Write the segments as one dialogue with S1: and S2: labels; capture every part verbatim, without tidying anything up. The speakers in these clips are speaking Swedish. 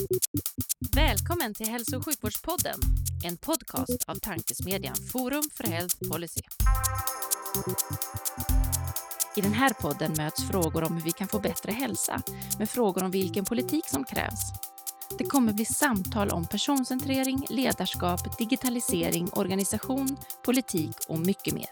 S1: Välkommen till Hälso- och sjukvårdspodden, en podcast av tankesmedjan Forum för Health Policy. I den här podden möts frågor om hur vi kan få bättre hälsa med frågor om vilken politik som krävs. Det kommer bli samtal om personcentrering, ledarskap, digitalisering, organisation, politik och mycket mer.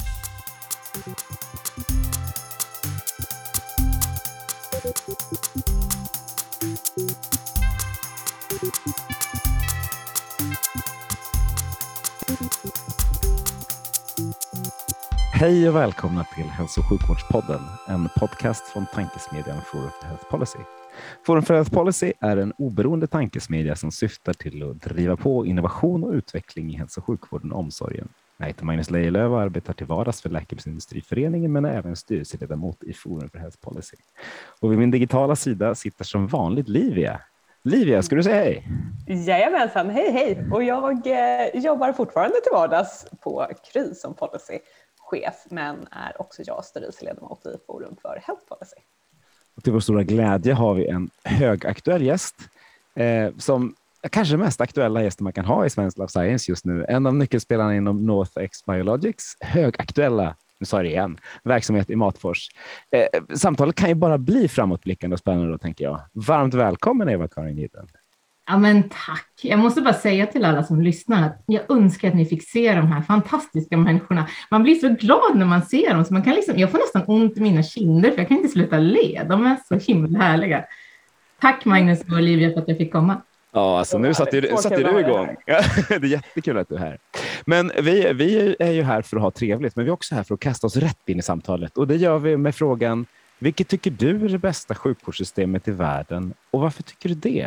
S2: Hej och välkomna till Hälso- och sjukvårdspodden, en podcast från tankesmedjan Forum för Health Policy. Forum för Health Policy är en oberoende tankesmedja som syftar till att driva på innovation och utveckling i hälso- och sjukvården och omsorgen. Jag heter Magnus Lejelöw och arbetar till vardags för Läkemedelsindustriföreningen men är även styrelseledamot i Forum för Health Policy. Och vid min digitala sida sitter som vanligt Livia. Livia, ska du säga hej?
S3: Jajamensan, hej hej! Och jag eh, jobbar fortfarande till vardags på Kry som policychef, men är också jag styrelseledamot i Forum för Health Policy.
S2: Och till vår stora glädje har vi en högaktuell gäst eh, som kanske mest aktuella gästen man kan ha i svensk life science just nu. En av nyckelspelarna inom NorthX Biologics högaktuella, nu sa jag det igen, verksamhet i Matfors. Eh, samtalet kan ju bara bli framåtblickande och spännande då, tänker jag. Varmt välkommen Eva-Karin Giden.
S4: Ja men tack. Jag måste bara säga till alla som lyssnar att jag önskar att ni fick se de här fantastiska människorna. Man blir så glad när man ser dem så man kan liksom, jag får nästan ont i mina kinder för jag kan inte sluta le. De är så himla härliga. Tack Magnus och Olivia för att jag fick komma.
S2: Ja, alltså nu satte du, satte du igång. Det är jättekul att du är här. Men vi, vi är ju här för att ha trevligt, men vi är också här för att kasta oss rätt in i samtalet. Och det gör vi med frågan, vilket tycker du är det bästa sjukvårdssystemet i världen och varför tycker du det?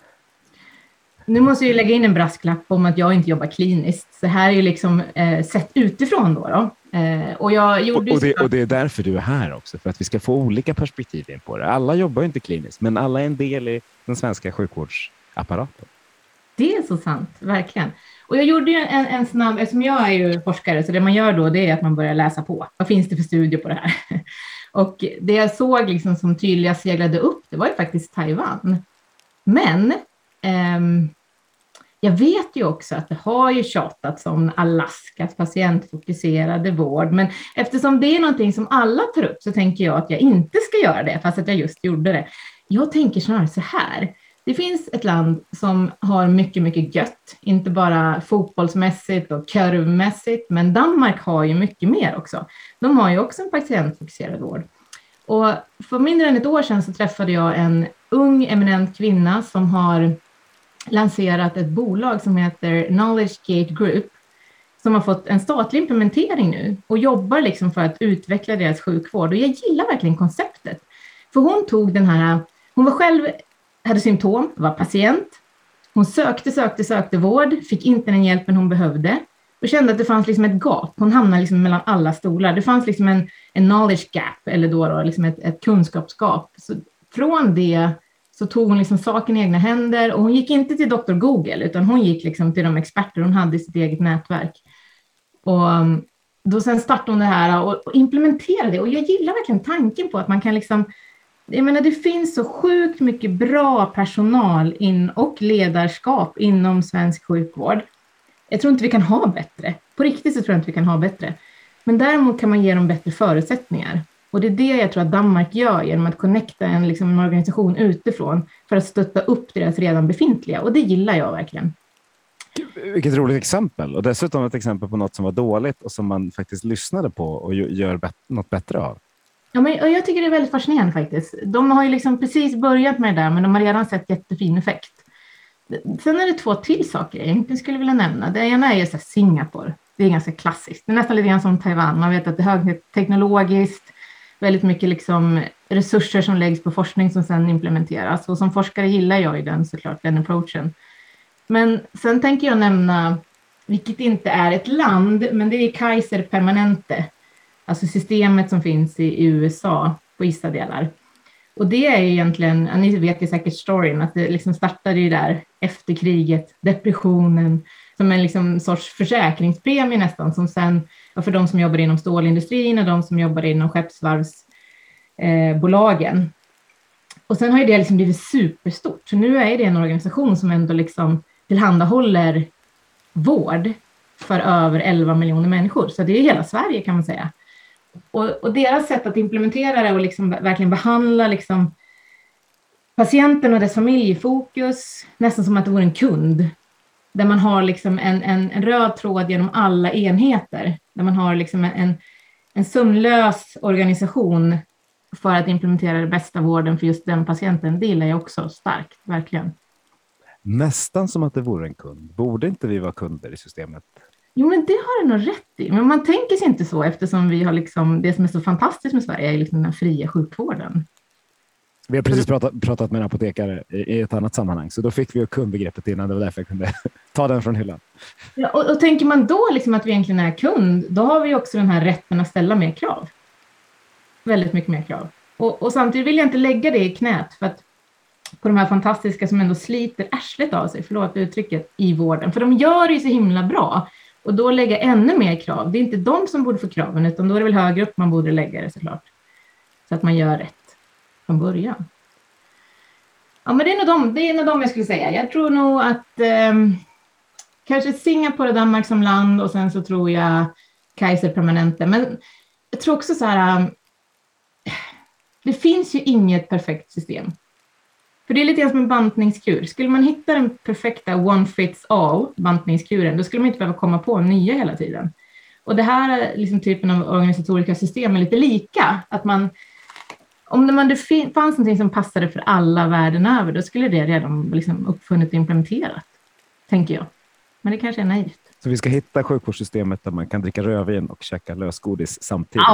S4: Nu måste jag lägga in en brasklapp om att jag inte jobbar kliniskt. Så här är ju liksom eh, sett utifrån då. då. Eh, och, jag gjorde
S2: och, och, det,
S4: så...
S2: och det är därför du är här också, för att vi ska få olika perspektiv in på det. Alla jobbar ju inte kliniskt, men alla är en del i den svenska sjukvårdsapparaten.
S4: Det är så sant, verkligen. Och jag gjorde ju en, en snabb, eftersom jag är ju forskare, så det man gör då det är att man börjar läsa på. Vad finns det för studier på det här? Och det jag såg liksom som tydliga seglade upp, det var ju faktiskt Taiwan. Men ehm, jag vet ju också att det har ju tjatats om Alaskas patientfokuserade vård. Men eftersom det är någonting som alla tar upp så tänker jag att jag inte ska göra det, fast att jag just gjorde det. Jag tänker snarare så här. Det finns ett land som har mycket, mycket gött. Inte bara fotbollsmässigt och kurvmässigt, men Danmark har ju mycket mer också. De har ju också en patientfokuserad vård. Och för mindre än ett år sedan så träffade jag en ung eminent kvinna som har lanserat ett bolag som heter Knowledge Gate Group som har fått en statlig implementering nu och jobbar liksom för att utveckla deras sjukvård. Och jag gillar verkligen konceptet. För hon tog den här, hon var själv, hade symptom, var patient. Hon sökte, sökte, sökte vård, fick inte den hjälpen hon behövde och kände att det fanns liksom ett gap. Hon hamnade liksom mellan alla stolar. Det fanns liksom en, en knowledge gap eller då, då liksom ett, ett kunskapsgap. Så från det så tog hon liksom saken i egna händer och hon gick inte till doktor Google utan hon gick liksom till de experter hon hade i sitt eget nätverk. Och då sen startade hon det här och, och implementerade det. Och jag gillar verkligen tanken på att man kan liksom, jag menar det finns så sjukt mycket bra personal in och ledarskap inom svensk sjukvård. Jag tror inte vi kan ha bättre. På riktigt så tror jag inte vi kan ha bättre. Men däremot kan man ge dem bättre förutsättningar. Och det är det jag tror att Danmark gör genom att connecta en, liksom en organisation utifrån för att stötta upp deras redan befintliga. Och det gillar jag verkligen.
S2: Vilket roligt exempel. Och dessutom ett exempel på något som var dåligt och som man faktiskt lyssnade på och gör bet- något bättre av.
S4: Ja, men, och jag tycker det är väldigt fascinerande faktiskt. De har ju liksom precis börjat med det där men de har redan sett jättefin effekt. Sen är det två till saker jag egentligen skulle vilja nämna. Det ena är ju så här Singapore. Det är ganska klassiskt. Det är nästan lite grann som Taiwan. Man vet att det är högteknologiskt. Väldigt mycket liksom resurser som läggs på forskning som sedan implementeras. Och som forskare gillar jag ju den såklart, den approachen. Men sen tänker jag nämna, vilket inte är ett land, men det är Kaiser Permanente. Alltså systemet som finns i U S A på vissa delar. Och det är ju egentligen, ni vet ju säkert storyn, att det liksom startade ju där efter kriget, depressionen, som en liksom sorts försäkringspremie nästan, som sen, för de som jobbar inom stålindustrin och de som jobbar inom skeppsvarvsbolagen. Och sen har ju det liksom blivit superstort. Så nu är det en organisation som ändå liksom tillhandahåller vård för över elva miljoner människor. Så det är hela Sverige kan man säga. Och, och deras sätt att implementera det och liksom verkligen behandla liksom patienten och dess familj i fokus, nästan som att det vore en kund. Där man har liksom en, en, en röd tråd genom alla enheter. Där man har liksom en, en sömlös organisation för att implementera det bästa vården för just den patienten. Det gillar jag också starkt, verkligen.
S2: Nästan som att det vore en kund. Borde inte vi vara kunder i systemet?
S4: Jo, men det har du nog rätt i. Men man tänker sig inte så eftersom vi har liksom, det som är så fantastiskt med Sverige är liksom den fria sjukvården.
S2: Vi har precis pratat, pratat med en apotekare i, i ett annat sammanhang, så då fick vi ju kundbegreppet innan, det var därför jag kunde ta den från hyllan.
S4: Ja, och, och tänker man då liksom att vi egentligen är kund, då har vi också den här rätten att ställa mer krav. Väldigt mycket mer krav. Och, och samtidigt vill jag inte lägga det i knät för att på de här fantastiska som ändå sliter arslet av sig, förlåt uttrycket, i vården. För de gör det ju så himla bra. Och då lägga ännu mer krav. Det är inte de som borde få kraven, utan då är det väl högre upp man borde lägga det såklart. Så att man gör rätt från början. Ja, men det är nog de, det är nog de jag skulle säga. Jag tror nog att eh, kanske Singapore och Danmark som land och sen så tror jag Kaiser permanente. Men jag tror också så här, eh, det finns ju inget perfekt system. För det är lite grann som en bantningskur. Skulle man hitta den perfekta one fits all bantningskuren, då skulle man inte behöva komma på nya hela tiden. Och det här liksom, typen av organisatoriska system är lite lika. Att man, om det, man, det fanns någonting som passade för alla världen över, då skulle det redan liksom, uppfunnit och implementerat, tänker jag. Men det kanske är naivt.
S2: Så vi ska hitta sjukvårdssystemet där man kan dricka rödvin och käka lösgodis samtidigt.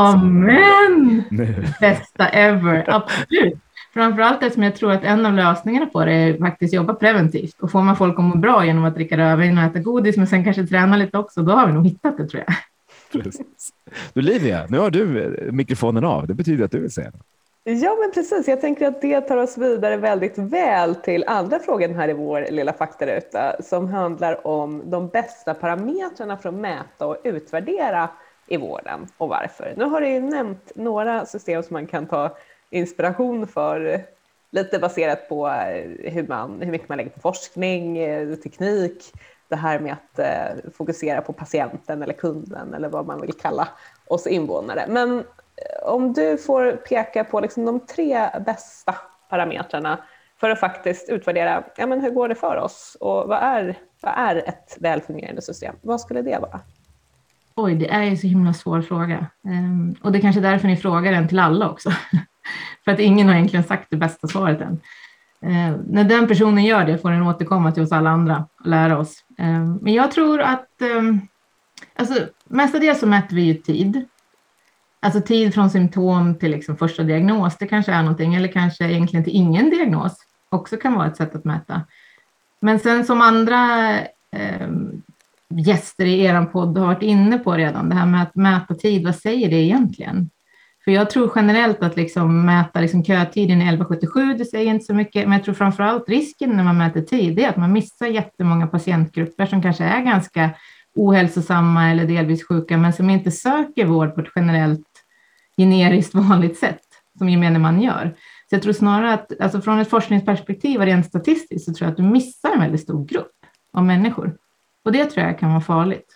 S4: Amen!
S2: Nu.
S4: Bästa ever, absolut. Framförallt eftersom jag tror att en av lösningarna på det är faktiskt jobba preventivt. Och får man folk att må bra genom att dricka rödvin och äta godis, men sen kanske träna lite också, då har vi nog hittat det, tror jag.
S2: Precis. Du Livia, nu har du mikrofonen av. Det betyder att du vill säga något.
S3: Ja, men precis. Jag tänker att det tar oss vidare väldigt väl till andra frågan här i vår lilla faktaruta som handlar om de bästa parametrarna för att mäta och utvärdera i vården och varför. Nu har du ju nämnt några system som man kan ta inspiration för, lite baserat på hur, man, hur mycket man lägger på forskning, teknik, det här med att eh, fokusera på patienten eller kunden eller vad man vill kalla oss invånare. Men om du får peka på liksom de tre bästa parametrarna för att faktiskt utvärdera, ja, men hur går det för oss och vad är, vad är ett välfungerande system? Vad skulle det vara?
S4: Oj, det är ju så himla svår fråga. Um, och det är kanske därför ni frågar den till alla också. För att ingen har egentligen sagt det bästa svaret än. Uh, när den personen gör det får den återkomma till oss alla andra och lära oss. Um, men jag tror att um, alltså, mestadels så mäter vi ju tid. Alltså tid från symptom till liksom första diagnos, det kanske är någonting. Eller kanske egentligen till ingen diagnos. Också kan vara ett sätt att mäta. Men sen som andra um, gäster i er podd har varit inne på redan, det här med att mäta tid, vad säger det egentligen? För jag tror generellt att liksom mäta liksom kötiden i elva sjuttiosju, det säger inte så mycket, men jag tror framförallt risken när man mäter tid är att man missar jättemånga patientgrupper som kanske är ganska ohälsosamma eller delvis sjuka, men som inte söker vård på ett generellt generiskt vanligt sätt, som gemene man gör. Så jag tror snarare att, alltså från ett forskningsperspektiv och rent statistiskt, så tror jag att du missar en väldigt stor grupp av människor. Och det tror jag kan vara farligt.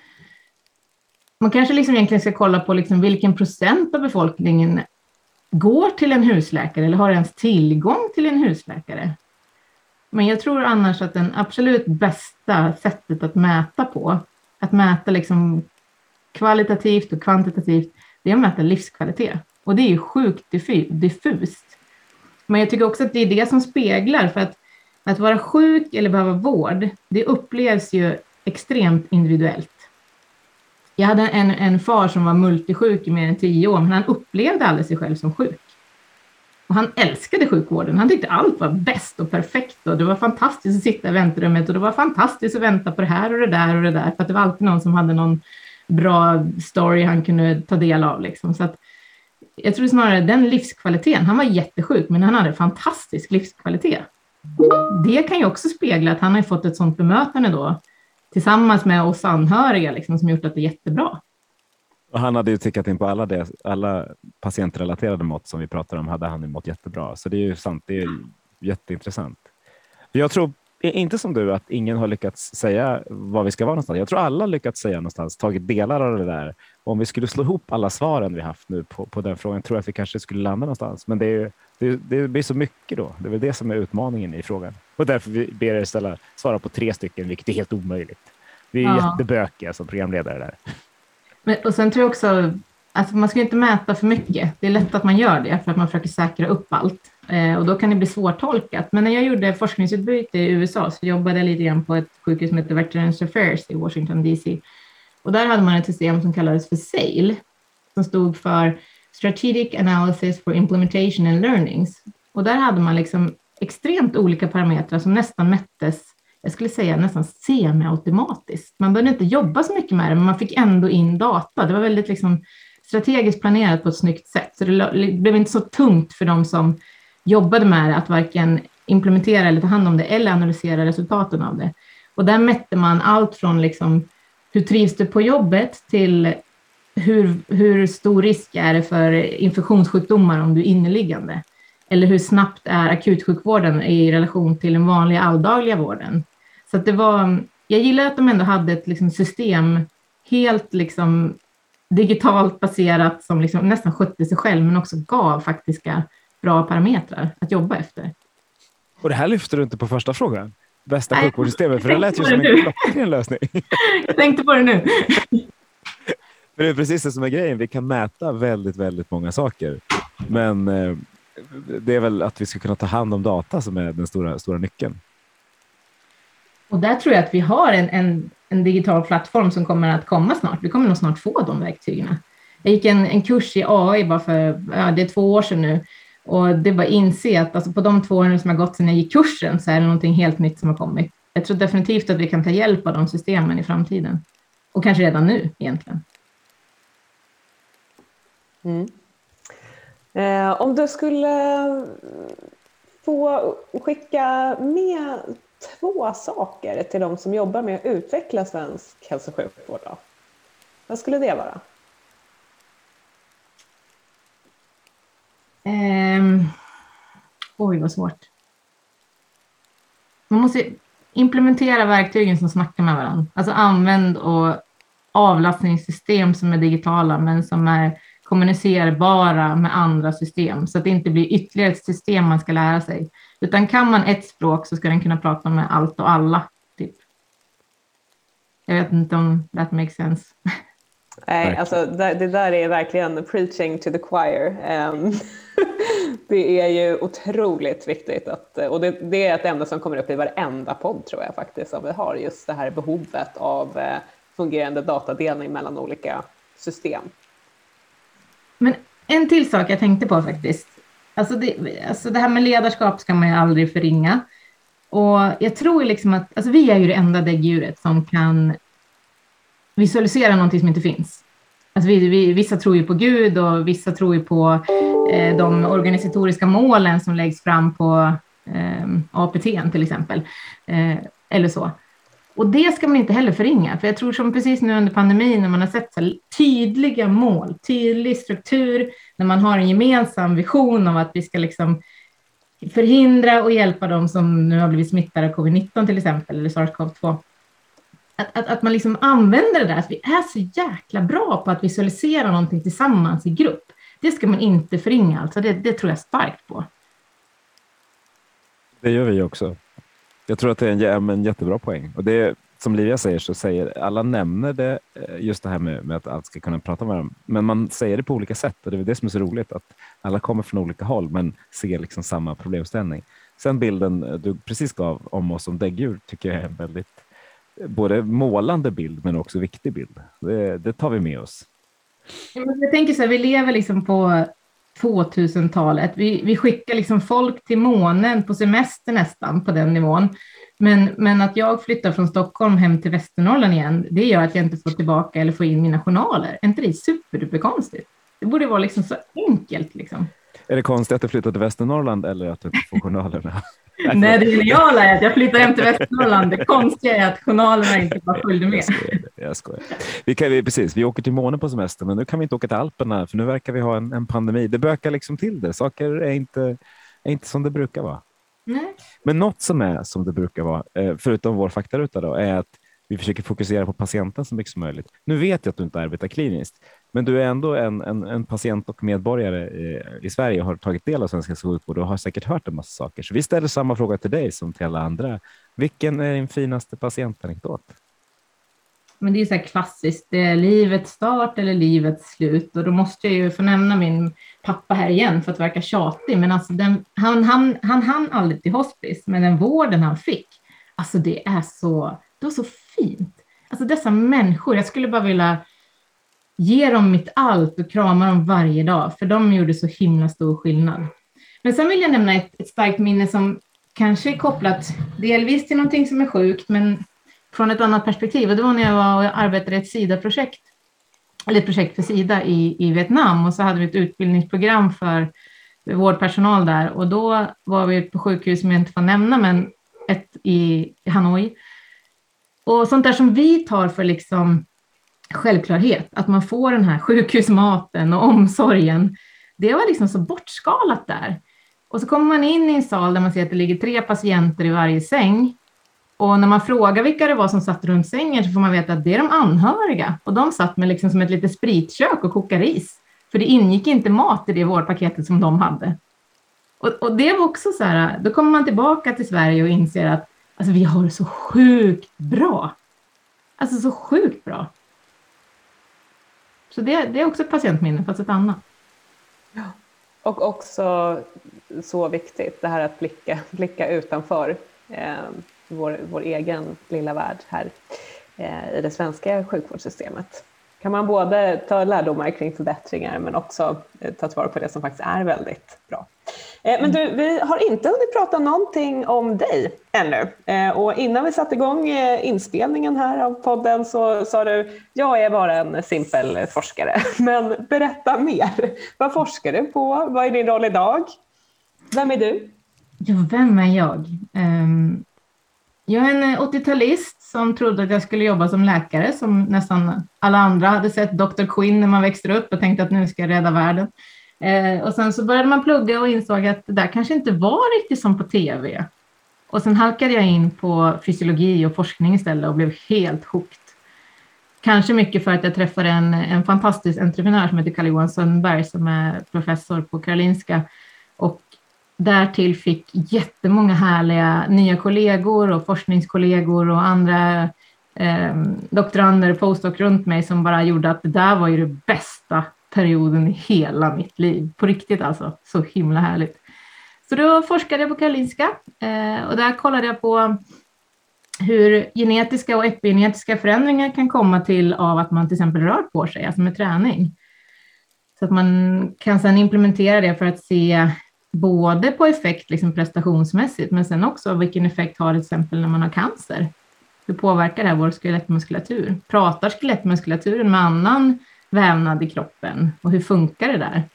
S4: Man kanske liksom egentligen ska kolla på liksom vilken procent av befolkningen går till en husläkare eller har ens tillgång till en husläkare. Men jag tror annars att den absolut bästa sättet att mäta på, att mäta liksom kvalitativt och kvantitativt, det är att mäta livskvalitet. Och det är ju sjukt diffust. Men jag tycker också att det är det som speglar, för att Att vara sjuk eller behöva vård, det upplevs ju extremt individuellt. Jag hade en, en far som var multisjuk i mer än tio år, men han upplevde aldrig sig själv som sjuk. Och han älskade sjukvården. Han tyckte allt var bäst och perfekt. Och det var fantastiskt att sitta i väntrummet. Och det var fantastiskt att vänta på det här och det där och det där. För att det var alltid någon som hade någon bra story han kunde ta del av. Liksom. Så att jag tror snarare den livskvaliteten. Han var jättesjuk, men han hade fantastisk livskvalitet. Det kan ju också spegla att han har fått ett sånt bemötande då tillsammans med oss anhöriga liksom, som gjort att det är jättebra.
S2: Och han hade ju tickat in på alla, det, alla patientrelaterade mått som vi pratar om, hade han ju mått jättebra. Så det är ju sant, det är jätteintressant. Jag tror inte som du att ingen har lyckats säga vad vi ska vara någonstans. Jag tror alla lyckats säga någonstans, tagit delar av det där. Om vi skulle slå ihop alla svaren vi haft nu på, på den frågan, tror jag att vi kanske skulle landa någonstans. Men det, är, det, det blir så mycket då. Det är väl det som är utmaningen i frågan. Och därför vi ber er ställa, svara på tre stycken, vilket är helt omöjligt. Vi är ja. jättebökiga som programledare där.
S4: Men, och sen tror jag också, alltså man ska inte mäta för mycket. Det är lätt att man gör det för att man försöker säkra upp allt. Eh, och då kan det bli svårtolkat. Men när jag gjorde forskningsutbyte i U S A så jobbade jag lite grann på ett sjukhus som heter Veterans Affairs i Washington D C. Och där hade man ett system som kallades för SAIL, som stod för Strategic Analysis for Implementation and Learnings. Och där hade man liksom extremt olika parametrar som nästan mättes, jag skulle säga nästan semi-automatiskt. Man behövde inte jobba så mycket med det, men man fick ändå in data. Det var väldigt liksom strategiskt planerat på ett snyggt sätt. Så det blev inte så tungt för de som jobbade med det att varken implementera eller ta hand om det eller analysera resultaten av det. Och där mätte man allt från liksom, hur trivs du på jobbet till hur, hur stor risk är det för infektionssjukdomar om du är inneliggande. Eller hur snabbt är akutsjukvården i relation till den vanliga alldagliga vården. Så att det var, jag gillar att de ändå hade ett liksom system helt liksom digitalt baserat som liksom nästan skötte sig själv men också gav faktiska bra parametrar att jobba efter.
S2: Och det här lyfter du inte på första frågan. Bästa sjukvårdssystemet, för det lät ju som en klockren lösning.
S4: Jag tänkte på det nu.
S2: För det är precis det som är grejen. Vi kan mäta väldigt, väldigt många saker. Men eh, det är väl att vi ska kunna ta hand om data som är den stora, stora nyckeln.
S4: Och där tror jag att vi har en, en, en digital plattform som kommer att komma snart. Vi kommer nog snart få de verktygen. Jag gick en, en kurs i A I bara för, ja, det är två år sedan nu. Och det var inse att alltså på de två åren som har gått sedan jag gick kursen så är det någonting helt nytt som har kommit. Jag tror definitivt att vi kan ta hjälp av de systemen i framtiden. Och kanske redan nu egentligen.
S3: Mm. Eh, om du skulle få skicka med två saker till de som jobbar med att utveckla svensk hälso- och sjukvård då? Vad skulle det vara?
S4: Um, oj, vad svårt. Man måste implementera verktygen som snackar med varandra. Alltså använd och avlastningssystem som är digitala men som är kommunicerbara med andra system. Så att det inte blir ytterligare ett system man ska lära sig. Utan kan man ett språk så ska den kunna prata med allt och alla. Typ. Jag vet inte om that makes sense.
S3: Nej, alltså det, det där är verkligen preaching to the choir. Um, det är ju otroligt viktigt att, och det, det är ett ämne som kommer upp i varenda podd tror jag faktiskt, som vi har just det här behovet av eh, fungerande datadelning mellan olika system.
S4: Men en till sak jag tänkte på faktiskt. Alltså det, alltså det här med ledarskap ska man ju aldrig förringa. Och jag tror liksom att, alltså vi är ju det enda däggdjuret som kan visualisera någonting som inte finns. Alltså vi, vi, vissa tror ju på Gud och vissa tror ju på eh, de organisatoriska målen som läggs fram på eh, A P T till exempel. Eh, eller så. Och det ska man inte heller förringa. För jag tror som precis nu under pandemin när man har sett så tydliga mål, tydlig struktur, när man har en gemensam vision av att vi ska liksom förhindra och hjälpa dem som nu har blivit smittade av covid nitton till exempel, eller SARS-CoV två. Att, att, att man liksom använder det där, att vi är så jäkla bra på att visualisera någonting tillsammans i grupp. Det ska man inte förringa, alltså det, det tror jag starkt på.
S2: Det gör vi också. Jag tror att det är en, en jättebra poäng. Och det är, som Livia säger så säger alla nämner det, just det här med, med att allt ska kunna prata med dem. Men man säger det på olika sätt och det är det som är så roligt att alla kommer från olika håll men ser liksom samma problemställning. Sen bilden du precis gav om oss som däggdjur tycker jag är en väldigt både målande bild men också viktig bild. Det, det tar vi med oss.
S4: Jag tänker så här, vi lever liksom på tvåtusentalet. Vi, vi skickar liksom folk till månen på semester nästan på den nivån. Men, men att jag flyttar från Stockholm hem till Västernorrland igen, det gör att jag inte får tillbaka eller får in mina journaler. Är inte det superduperkonstigt? Det borde vara liksom så enkelt liksom.
S2: Är det konstigt att du flyttar till Västernorrland eller att du inte får journalerna?
S4: Nej, det geniala är att jag flyttar hem till Västernorrland. Det konstiga är att journalerna inte bara följde med.
S2: Jag skojar, jag skojar. Vi, kan, vi, precis, vi åker till månen på semester, men nu kan vi inte åka till Alperna för nu verkar vi ha en, en pandemi. Det bökar liksom till det. Saker är inte, är inte som det brukar vara.
S4: Nej.
S2: Men något som är som det brukar vara, förutom vår faktaruta då, är att vi försöker fokusera på patienten så mycket som möjligt. Nu vet jag att du inte arbetar kliniskt, men du är ändå en, en, en patient och medborgare i, i Sverige och har tagit del av svenska sjukvård och har säkert hört en massa saker. Så vi ställer samma fråga till dig som till alla andra. Vilken är din finaste patientanekdot?
S4: Men det är så här klassiskt, det är livets start eller livets slut. Och då måste jag ju få nämna min pappa här igen för att verka tjatig. Men alltså den, han, han, han hann aldrig till hospice, men den vården han fick, alltså det är så, det var så fint. Alltså dessa människor, jag skulle bara vilja ge dem mitt allt och krama dem varje dag. För de gjorde så himla stor skillnad. Men sen vill jag nämna ett, ett starkt minne som kanske är kopplat delvis till någonting som är sjukt, men från ett annat perspektiv. Och det var när jag var och arbetade i ett SIDA-projekt, eller ett projekt för SIDA i, i Vietnam. Och så hade vi ett utbildningsprogram för vårdpersonal där. Och då var vi på sjukhus som jag inte får nämna, men ett i Hanoi. Och sånt där som vi tar för liksom självklarhet, att man får den här sjukhusmaten och omsorgen. Det var liksom så bortskalat där. Och så kommer man in i en sal där man ser att det ligger tre patienter i varje säng. Och när man frågar vilka det var som satt runt sängen så får man veta att det är de anhöriga. Och de satt med liksom som ett litet spritkök och kokade ris. För det ingick inte mat i det vårdpaketet som de hade. Och, och det var också så här, då kommer man tillbaka till Sverige och inser att alltså, vi har det så sjukt bra. Alltså så sjukt bra. Så det, det är också ett patientminne, fast ett annat.
S3: Ja. Och också så viktigt, det här att blicka, blicka utanför eh, vår, vår egen lilla värld här eh, i det svenska sjukvårdssystemet. Kan man både ta lärdomar kring förbättringar men också eh, ta tillvara på det som faktiskt är väldigt bra. Eh, men du, vi har inte hunnit prata någonting om dig ännu. Eh, och innan vi satte igång eh, inspelningen här av podden så sa du, jag är bara en simpel forskare. Men berätta mer. Vad forskar du på? Vad är din roll idag? Vem är du?
S4: Ja, vem är jag? Um, jag är en åttiotalist som trodde att jag skulle jobba som läkare, som nästan alla andra hade sett doktor Quinn när man växte upp och tänkte att nu ska jag rädda världen. Eh, och sen så började man plugga och insåg att det där kanske inte var riktigt som på tv. Och sen halkade jag in på fysiologi och forskning istället och blev helt hooked. Kanske mycket för att jag träffade en, en fantastisk entreprenör som heter Carl-Johan Sundberg som är professor på Karolinska. Och därtill fick jättemånga härliga nya kollegor och forskningskollegor och andra eh, doktorander, postdoc runt mig som bara gjorde att det där var ju det bästa perioden i hela mitt liv. På riktigt alltså. Så himla härligt. Så då forskade jag på Karolinska eh, och där kollade jag på hur genetiska och epigenetiska förändringar kan komma till av att man till exempel rör på sig, alltså med träning. Så att man kan sedan implementera det för att se både på effekt liksom prestationsmässigt men sen också vilken effekt har det till exempel när man har cancer. Hur påverkar det här vår skelettmuskulatur? Pratar skelettmuskulaturen med annan vävnad i kroppen och hur funkar det där?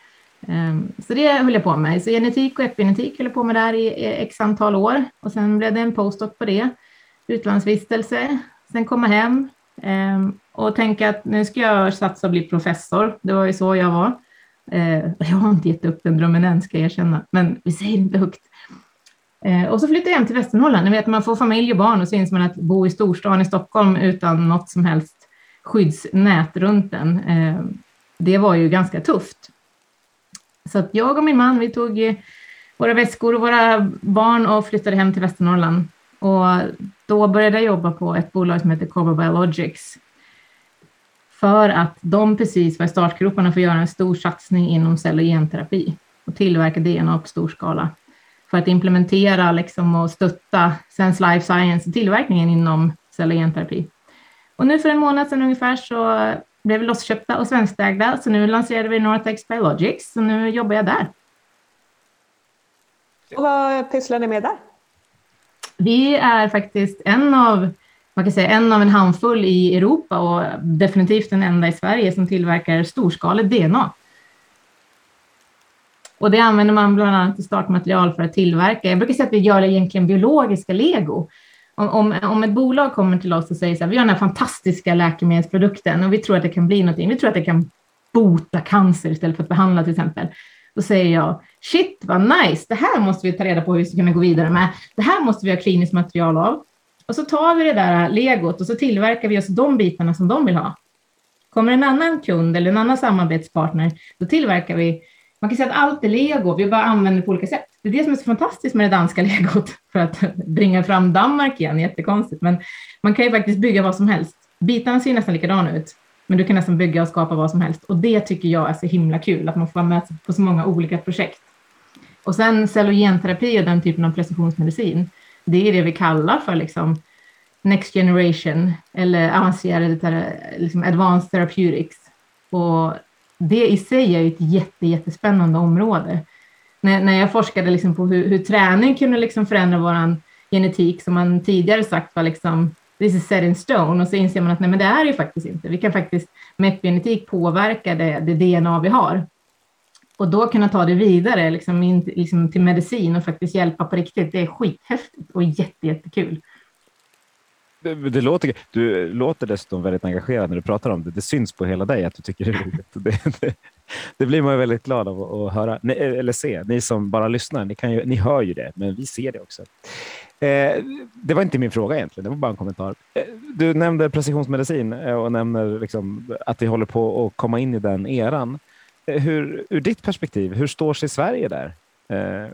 S4: Så det höll jag på med. Så genetik och epigenetik höll jag på med där i x antal år och sen blev det en postdoc på det. Utlandsvistelse, sen komma hem och tänka att nu ska jag satsa och bli professor. Det var ju så jag var. Jag har inte gett upp den drömmen än, ska jag erkänna, men vi säger inte högt. Och så flyttade jag hem till Västernorrland. Ni vet, man får familj och barn och så inser man att bo i storstan i Stockholm utan något som helst skyddsnät runt den. Det var ju ganska tufft. Så att jag och min man, vi tog våra väskor och våra barn och flyttade hem till Västernorrland. Och då började jag jobba på ett bolag som heter Cobra Biologics. För att de precis var i startgroparna för att göra en stor satsning inom cell- och genterapi. Och tillverka D N A på stor skala. För att implementera liksom, och stötta Sense Life Science tillverkningen inom cell- och genterapi. Och nu för en månad sedan ungefär så blev vi lossköpta och svenskägda. Så nu lanserade vi Northex Biologics. Så nu jobbar jag där.
S3: Och vad pysslar ni med där?
S4: Vi är faktiskt en av, man kan säga, en av en handfull i Europa och definitivt den enda i Sverige som tillverkar storskalig D N A. Och det använder man bland annat i startmaterial för att tillverka. Jag brukar säga att vi gör egentligen biologiska Lego. Om, om, om ett bolag kommer till oss och säger så här, vi har den här fantastiska läkemedelsprodukten och vi tror att det kan bli någonting. Vi tror att det kan bota cancer istället för att behandla till exempel. Då säger jag, shit vad nice, det här måste vi ta reda på hur vi ska kunna gå vidare med. Det här måste vi ha kliniskt material av. Och så tar vi det där legot och så tillverkar vi oss de bitarna som de vill ha. Kommer en annan kund eller en annan samarbetspartner, då tillverkar vi, man kan säga att allt är lego, vi bara använder på olika sätt. Det är det som är så fantastiskt med det danska legot, för att bringa fram Danmark igen, jättekonstigt. Men man kan ju faktiskt bygga vad som helst. Bitarna ser nästan likadana ut, men du kan nästan bygga och skapa vad som helst. Och det tycker jag är så himla kul, att man får vara med på så många olika projekt. Och sen cell- och genterapi och den typen av precisionsmedicin, det är det vi kallar för liksom next generation eller avancerade liksom advanced therapeutics. Och det i sig är ett jätte, jättespännande område. När, när jag forskade liksom på hur, hur träning kunde liksom förändra vår genetik, som man tidigare sagt var liksom this is set in stone, och så inser man att nej, men det är ju faktiskt inte. Vi kan faktiskt med epigenetik påverka det, det D N A vi har. Och då kunna ta det vidare liksom, in, liksom till medicin och faktiskt hjälpa på riktigt. Det är skithäftigt och jätte, jättekul.
S2: Det, det låter, du låter dessutom väldigt engagerad när du pratar om det. Det syns på hela dig att du tycker det är roligt. Det, det, det blir man ju väldigt glad av att, att höra. Ni, eller se, ni som bara lyssnar, ni, kan ju, ni hör ju det, men vi ser det också. Eh, det var inte min fråga egentligen, det var bara en kommentar. Eh, du nämnde precisionsmedicin och nämner liksom att vi håller på att komma in i den eran. Eh, hur, ur ditt perspektiv, hur står sig Sverige där? Eh,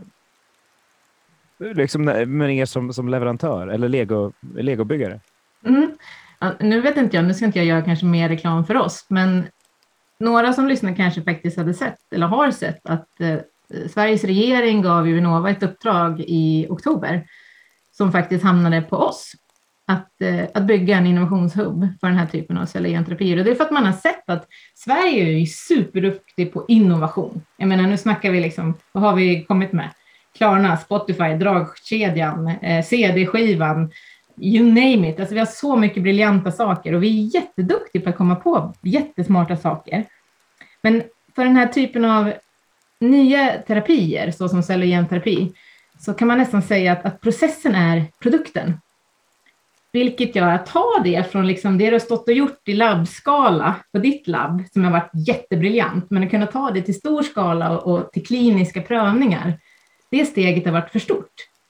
S2: liksom med er som, som leverantör eller Lego, Lego-byggare?
S4: Mm. Ja, nu vet inte jag, nu ska inte jag göra kanske mer reklam för oss, men några som lyssnar kanske faktiskt hade sett eller har sett att eh, Sveriges regering gav Vinnova ett uppdrag i oktober som faktiskt hamnade på oss att, eh, att bygga en innovationshubb för den här typen av cell- och genterapier. Och det är för att man har sett att Sverige är ju superduktig på innovation. Jag menar, nu snackar vi liksom, vad har vi kommit med? Klarna, Spotify, dragkedjan, eh, C D-skivan, you name it. Alltså vi har så mycket briljanta saker och vi är jätteduktiga på att komma på jättesmarta saker. Men för den här typen av nya terapier, så som cell- och genterapi, så kan man nästan säga att, att processen är produkten. Vilket gör att ta det från liksom det du har stått och gjort i labbskala på ditt labb, som har varit jättebriljant, men att kunna ta det till stor skala och, och till kliniska prövningar, det steget har varit för stort.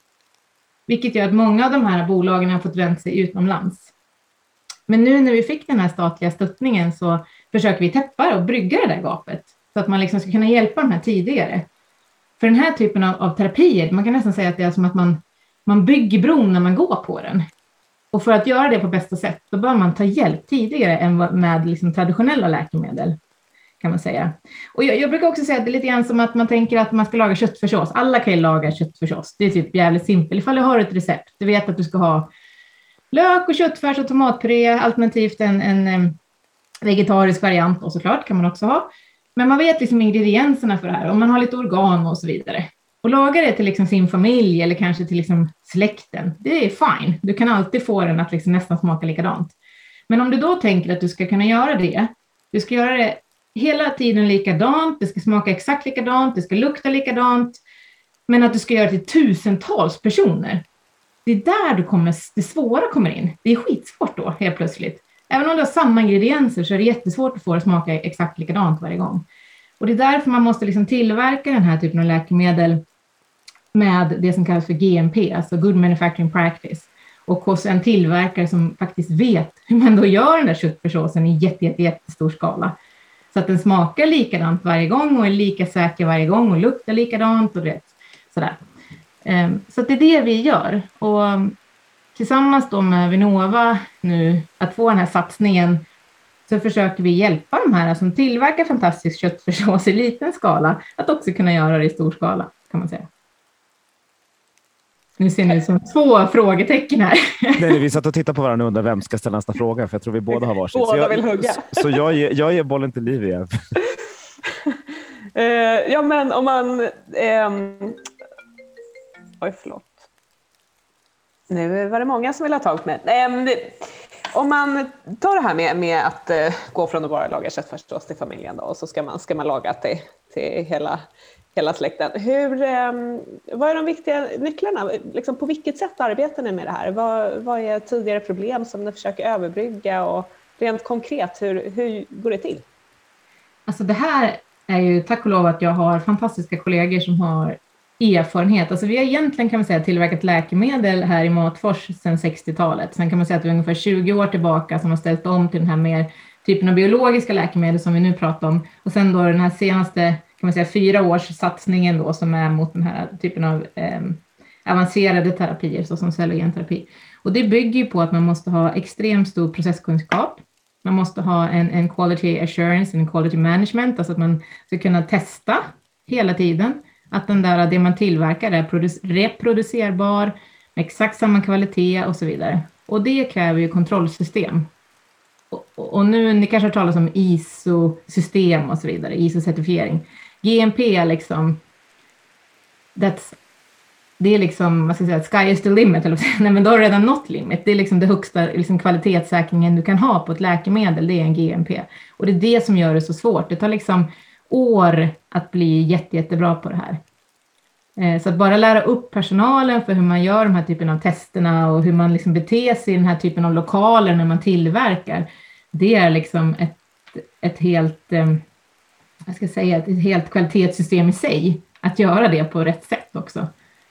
S4: Vilket gör att många av de här bolagen har fått vända sig utomlands. Men nu när vi fick den här statliga stöttningen så försöker vi täppa och brygga det där gapet. Så att man liksom ska kunna hjälpa de här tidigare. För den här typen av, av terapier, man kan nästan säga att det är som att man, man bygger bron när man går på den. Och för att göra det på bästa sätt, då bör man ta hjälp tidigare än med liksom traditionella läkemedel, kan man säga. Och jag, jag brukar också säga att det är lite grann som att man tänker att man ska laga köttfärssås. Alla kan ju laga köttfärssås. Det är typ jävligt simpelt. Ifall du har ett recept, du vet att du ska ha lök och köttfärs och tomatpuré, alternativt en, en, en vegetarisk variant, och såklart kan man också ha. Men man vet liksom ingredienserna för det här, och man har lite organ och så vidare. Och laga det till liksom sin familj eller kanske till liksom släkten, det är fine. Du kan alltid få den att liksom nästan smaka likadant. Men om du då tänker att du ska kunna göra det, du ska göra det hela tiden likadant, det ska smaka exakt likadant, det ska lukta likadant, men att du ska göra det till tusentals personer. Det är där du kommer, det svåra kommer in. Det är skitsvårt då, helt plötsligt. Även om du har samma ingredienser så är det jättesvårt att få det att smaka exakt likadant varje gång. Och det är därför man måste liksom tillverka den här typen av läkemedel med det som kallas för G M P, alltså Good Manufacturing Practice. Och hos en tillverkare som faktiskt vet hur man då gör den där köttfärssåsen i jätte, jätte, jättestor skala. Så att den smakar likadant varje gång och är lika säker varje gång och luktar likadant och rätt. Sådär. Så att det är det vi gör. Och tillsammans då med Vinnova nu att få den här satsningen, så försöker vi hjälpa de här som tillverkar fantastisk köttfärssås i liten skala att också kunna göra det i stor skala, kan man säga. Nu ser ni som två frågetecken här.
S2: Nej, vi satt och tittade på varandra och undrade vem ska ställa nästa fråga, för jag tror vi båda har varsitt.
S3: Båda
S2: så jag,
S3: vill hugga.
S2: Så, så jag, ger, jag ger bollen till Livia.
S3: uh, ja, men om man... Um... Oj, förlåt. Nu var det många som vill ha tagit med. Um, om man tar det här med, med att uh, gå från att bara laga köttfärssås till familjen då, och så ska man, ska man laga till, till hela, hela släkten. Hur, vad är de viktiga nycklarna? Liksom på vilket sätt arbetar ni med det här? Vad, vad är tidigare problem som ni försöker överbrygga? Och rent konkret, hur, hur går det till?
S4: Alltså det här är ju tack och lov att jag har fantastiska kollegor som har erfarenhet. Alltså vi har egentligen kan man säga tillverkat läkemedel här i Matfors sedan sextiotalet. Sen kan man säga att vi är ungefär tjugo år tillbaka som har ställt om till den här mer typen av biologiska läkemedel som vi nu pratar om. Och sen då den här senaste kan man säga fyra års satsningen då som är mot den här typen av eh, avancerade terapier såsom cell- och genterapi. Och det bygger ju på att man måste ha extremt stor processkunskap. Man måste ha en, en quality assurance, en quality management, alltså att man ska kunna testa hela tiden att den där, det man tillverkar är produc- reproducerbar, med exakt samma kvalitet och så vidare. Och det kräver ju kontrollsystem. Och, och, och nu, ni kanske har talat om I S O-system och så vidare, I S O-certifiering. G M P är liksom, that's, det är liksom, vad ska jag säga, sky is the limit, eller nej men då har redan nått limit. Det är liksom det högsta liksom, kvalitetssäkringen du kan ha på ett läkemedel, det är en G M P. Och det är det som gör det så svårt. Det tar liksom år att bli jätte, jättebra på det här. Eh, så att bara lära upp personalen för hur man gör de här typen av testerna och hur man liksom beter sig i den här typen av lokaler när man tillverkar, det är liksom ett, ett helt, eh, jag ska säga, ett helt kvalitetssystem i sig. Att göra det på rätt sätt också.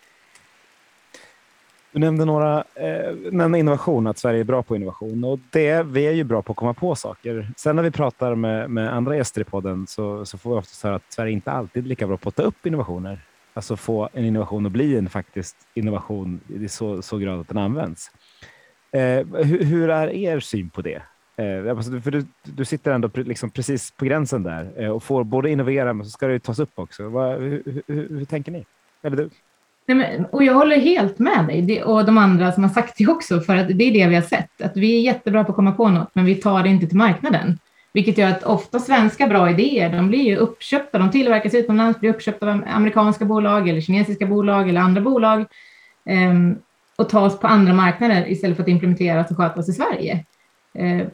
S2: Du nämnde några, eh, nämnde innovation, att Sverige är bra på innovation, och det, vi är ju bra på att komma på saker. Sen när vi pratar med, med andra gäster i podden så, så får vi ofta höra att Sverige inte alltid är lika bra på att ta upp innovationer. Alltså få en innovation att bli en faktisk innovation i så, så grad att den används. Eh, hur, hur är er syn på det? Eh, alltså, för du, du sitter ändå liksom precis på gränsen där eh, och får både innovera men så ska det ju tas upp också. Vad, hur, hur, hur tänker ni? Eller du?
S4: Nej, men, och jag håller helt med dig det, och de andra som har sagt det också, för att det är det vi har sett. Att vi är jättebra på att komma på något, men vi tar det inte till marknaden. Vilket gör att ofta svenska bra idéer, de blir ju uppköpta, de tillverkas utomlands, blir uppköpta av amerikanska bolag eller kinesiska bolag eller andra bolag eh, och tas på andra marknader istället för att implementeras och skötas i Sverige. Eh,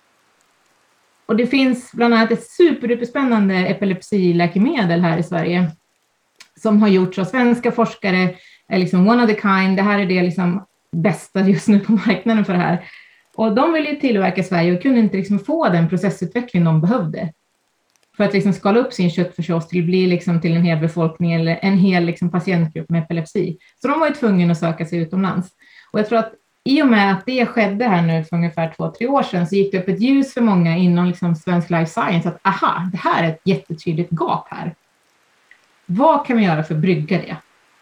S4: och det finns bland annat ett superduperspännande epilepsiläkemedel här i Sverige som har gjorts av svenska forskare, är liksom one of the kind. Det här är det liksom bästa just nu på marknaden för det här. Och de vill ju tillverka i Sverige och kunde inte liksom få den processutveckling de behövde. För att liksom skala upp sin köttfärssås till att bli liksom till en hel befolkning eller en hel liksom patientgrupp med epilepsi. Så de var ju tvungna att söka sig utomlands. Och jag tror att i och med att det skedde här nu för ungefär två, tre år sedan så gick det upp ett ljus för många inom liksom svensk life science att aha, det här är ett jättetydligt gap här. Vad kan vi göra för att brygga det?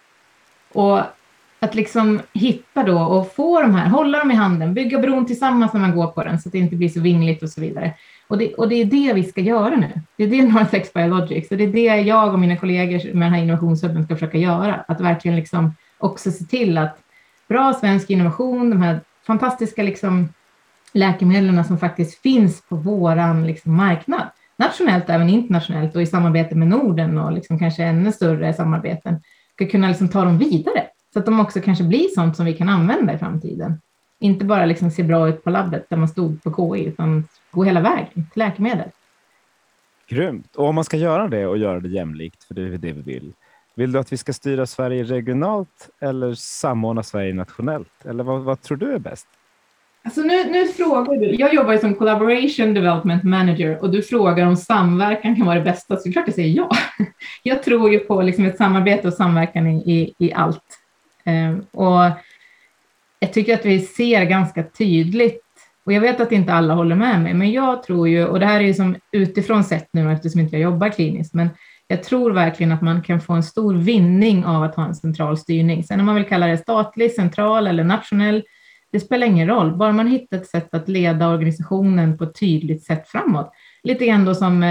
S4: Och att liksom hitta då och få de här, hålla dem i handen, bygga bron tillsammans när man går på den så att det inte blir så vingligt och så vidare. Och det, och det är det vi ska göra nu. Det är det Northex Biologics och det är det jag och mina kollegor med den här innovationshubben ska försöka göra. Att verkligen liksom också se till att bra svensk innovation, de här fantastiska liksom läkemedlen som faktiskt finns på våran liksom marknad. Nationellt, även internationellt och i samarbete med Norden och liksom kanske ännu större samarbeten ska kunna liksom ta dem vidare så att de också kanske blir sånt som vi kan använda i framtiden. Inte bara liksom se bra ut på labbet där man stod på K I utan gå hela vägen till läkemedel.
S2: Grymt. Och om man ska göra det och göra det jämlikt, för det är det vi vill. Vill du att vi ska styra Sverige regionalt eller samordna Sverige nationellt? Eller vad, vad tror du är bäst?
S4: Alltså nu, nu frågar du, jag jobbar ju som Collaboration Development Manager och du frågar om samverkan kan vara det bästa, så det är klart jag säger ja. Jag tror ju på liksom ett samarbete och samverkan i, i, i allt. Eh, och jag tycker att vi ser ganska tydligt, och jag vet att inte alla håller med mig, men jag tror ju, och det här är ju som utifrån sett nu eftersom inte jag jobbar kliniskt, men jag tror verkligen att man kan få en stor vinning av att ha en central styrning. Sen om man vill kalla det statlig, central eller nationell, det spelar ingen roll, bara man hittar ett sätt att leda organisationen på ett tydligt sätt framåt. Lite grann då som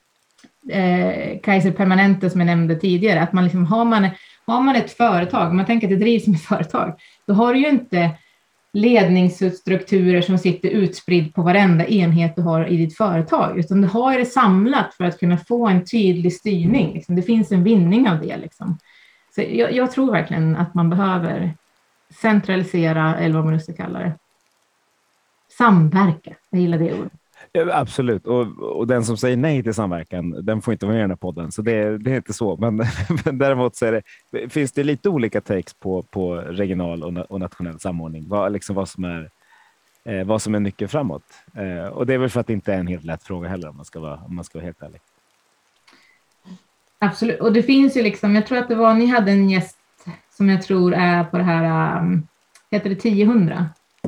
S4: eh, Kaiser Permanente som jag nämnde tidigare, att man liksom, har, man, har man ett företag, man tänker att det drivs som ett företag, då har du ju inte ledningsstrukturer som sitter utspridd på varenda enhet du har i ditt företag, utan du har det samlat för att kunna få en tydlig styrning. Liksom. Det finns en vinning av det. Liksom. Så jag, jag tror verkligen att man behöver centralisera, eller vad man nu ska kalla det. Samverka, jag gillar det ordet.
S2: Ja, absolut, och, och den som säger nej till samverkan, den får inte vara med i den här podden, så det, det är inte så. Men, men däremot så är det, finns det lite olika takes på, på regional och, och nationell samordning, vad, liksom vad, som är, eh, vad som är nyckeln framåt. Eh, och det är väl för att det inte är en helt lätt fråga heller, om man ska vara, om man ska vara helt ärlig.
S4: Absolut, och det finns ju liksom, jag tror att det var, ni hade en gäst som jag tror är på det här, um, heter det tio hundra?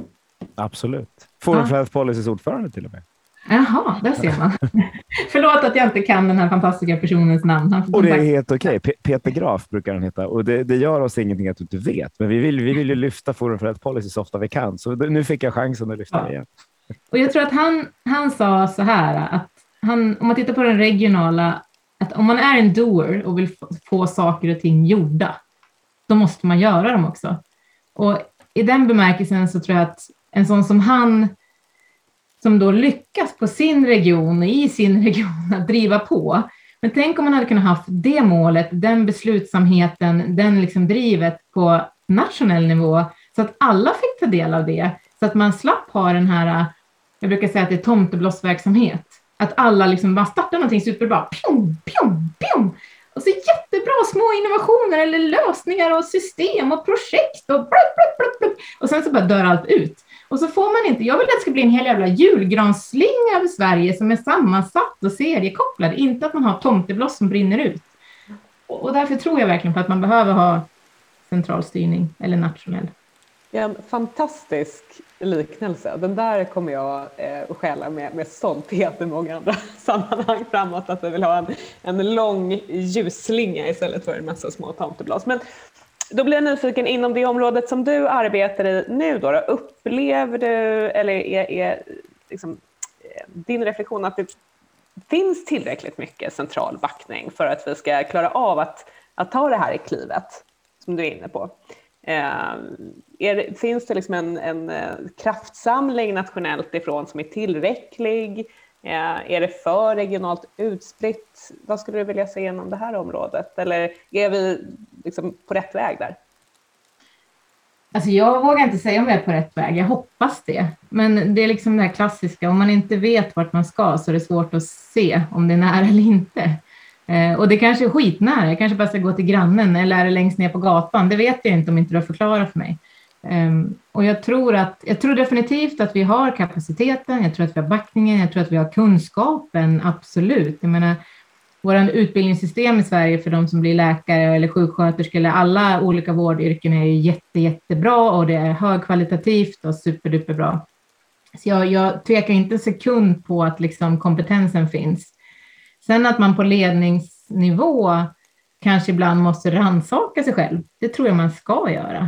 S2: Absolut. Forum
S4: Ja.
S2: för Health Policys ordförande till och med.
S4: Jaha, där ser man. Förlåt att jag inte kan den här fantastiska personens namn. Han får
S2: Och det är
S4: kontakt-
S2: helt okej. Okay. Peter Graf brukar han heta. Och det, det gör oss ingenting att du inte vet. Men vi vill, vi vill ju lyfta Forum för Health Policy så ofta vi kan. Så nu fick jag chansen att lyfta
S4: Ja.
S2: det igen.
S4: Och jag tror att han, han sa så här, att han, om man tittar på den regionala, att om man är en doer och vill få, få saker och ting gjorda, då måste man göra dem också. Och i den bemärkelsen så tror jag att en sån som han, som då lyckas på sin region och i sin region att driva på. Men tänk om man hade kunnat haft det målet, den beslutsamheten, den liksom drivet på nationell nivå, så att alla fick ta del av det. Så att man slapp ha den här, jag brukar säga att det är tomteblossverksamhet. Att alla liksom bara startar någonting superbra. Pjum, pjum, pjum. Och så jättebra små innovationer eller lösningar och system och projekt och blup, blup, blup, blup. Och sen så bara dör allt ut. Och så får man inte, jag vill att det ska bli en hel jävla julgransslinga över Sverige som är sammansatt och seriekopplad. Inte att man har tomtebloss som brinner ut. Och, och därför tror jag verkligen på att man behöver ha centralstyrning eller nationell.
S3: Ja, en fantastisk liknelse. Den där kommer jag eh, att stjäla med, med stolthet i många andra sammanhang framåt. Att vi vill ha en, en lång ljusslinga istället för en massa små tomteblad. Men då blir jag nyfiken, inom det området som du arbetar i nu då, då upplever du, eller är, är liksom, din reflektion att det finns tillräckligt mycket central backning för att vi ska klara av att, att ta det här i klivet som du är inne på? Eh, är, finns det liksom en, en kraftsamling nationellt ifrån som är tillräcklig? Eh, är det för regionalt utspritt? Vad skulle du vilja se inom det här området? Eller är vi liksom på rätt väg där?
S4: Alltså jag vågar inte säga om vi är på rätt väg, jag hoppas det. Men det är liksom det här klassiska, om man inte vet vart man ska så är det svårt att se om det är nära eller inte. Eh, och det kanske är skitnära, jag kanske bara ska gå till grannen eller är det längst ner på gatan, det vet jag inte om inte du har förklarat för mig. Um, och jag tror, att, jag tror definitivt att vi har kapaciteten, jag tror att vi har backningen, jag tror att vi har kunskapen, absolut. Jag menar, våran utbildningssystem i Sverige för de som blir läkare eller sjuksköterskor eller alla olika vårdyrken är jätte, jättebra och det är högkvalitativt och superduperbra. Så jag, jag tvekar inte en sekund på att liksom kompetensen finns. Sen att man på ledningsnivå kanske ibland måste rannsaka sig själv, det tror jag man ska göra.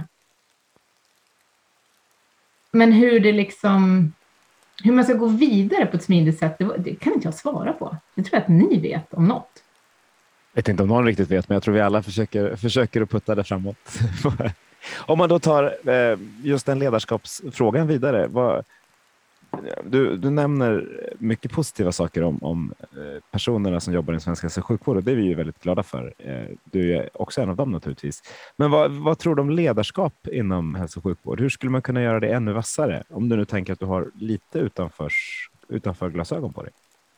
S4: Men hur det liksom, hur man ska gå vidare på ett smidigt sätt, det, det kan inte jag svara på. Det tror jag att ni vet om något.
S2: Jag vet inte om någon riktigt vet, men jag tror vi alla försöker, försöker att putta det framåt. Om man då tar eh, just den ledarskapsfrågan vidare. Vad, du, du nämner mycket positiva saker om, om eh, personerna som jobbar i den svenska hälso- och sjukvården, och det är vi ju väldigt glada för. Eh, du är också en av dem naturligtvis. Men vad, vad tror du om ledarskap inom hälso- och sjukvård? Hur skulle man kunna göra det ännu vassare? Om du nu tänker att du har lite utanför, utanför glasögon på dig.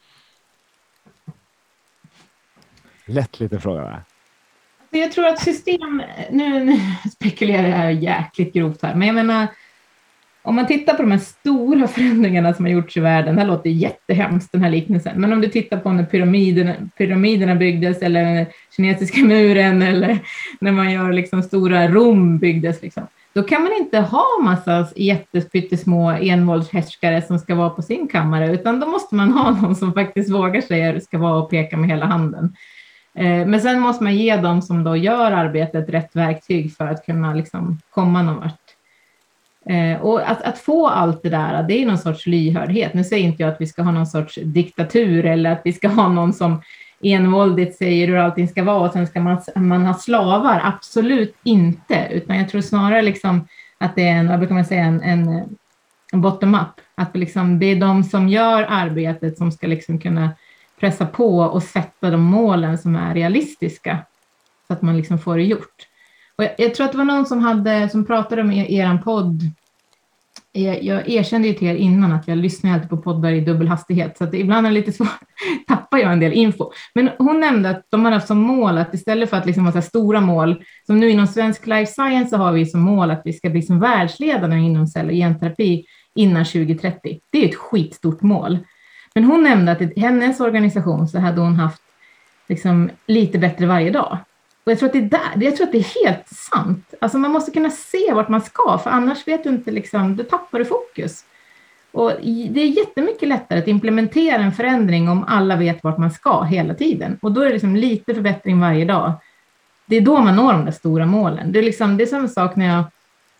S2: Lätt liten fråga, va?
S4: Jag tror att system, nu, nu spekulerar jag jäkligt grovt här, men jag menar, om man tittar på de här stora förändringarna som har gjorts i världen, det här låter jättehemskt den här liknelsen, men om du tittar på när pyramiderna, pyramiderna byggdes eller den kinesiska muren eller när man gör liksom stora Rom byggdes, liksom, då kan man inte ha massa jättespyttesmå envåldshärskare som ska vara på sin kammare, utan då måste man ha någon som faktiskt vågar säga att det ska vara och peka med hela handen. Men sen måste man ge dem som då gör arbetet rätt verktyg för att kunna liksom komma någon vart. Och att, att få allt det där, det är någon sorts lyhördhet. Nu säger inte jag att vi ska ha någon sorts diktatur eller att vi ska ha någon som envåldigt säger hur allting ska vara och sen ska man, man ha slavar. Absolut inte. Utan jag tror snarare liksom att det är en, vad brukar man säga, en, en, en bottom-up. Att liksom, det är de som gör arbetet som ska liksom kunna pressa på och sätta de målen som är realistiska så att man liksom får det gjort. Och jag, jag tror att det var någon som, hade, som pratade om er, er podd Jag, jag erkände ju till er innan att jag lyssnar alltid på poddar i dubbel hastighet, så att ibland är det lite svårt, tappar jag en del info. Men hon nämnde att de har haft som mål att istället för att liksom ha så här stora mål, som nu inom svensk life science så har vi som mål att vi ska bli som världsledande inom cell- och genterapi innan tjugo trettio. Det är ett skitstort mål. Men hon nämnde att i hennes organisation så hade hon haft liksom lite bättre varje dag. Och jag tror att det är där, jag tror att det är helt sant. Alltså man måste kunna se vart man ska, för annars vet du inte liksom, du tappar du fokus. Och det är jättemycket lättare att implementera en förändring om alla vet vart man ska hela tiden. Och då är det liksom lite förbättring varje dag. Det är då man når de där stora målen. Det är liksom, det är samma sak när jag,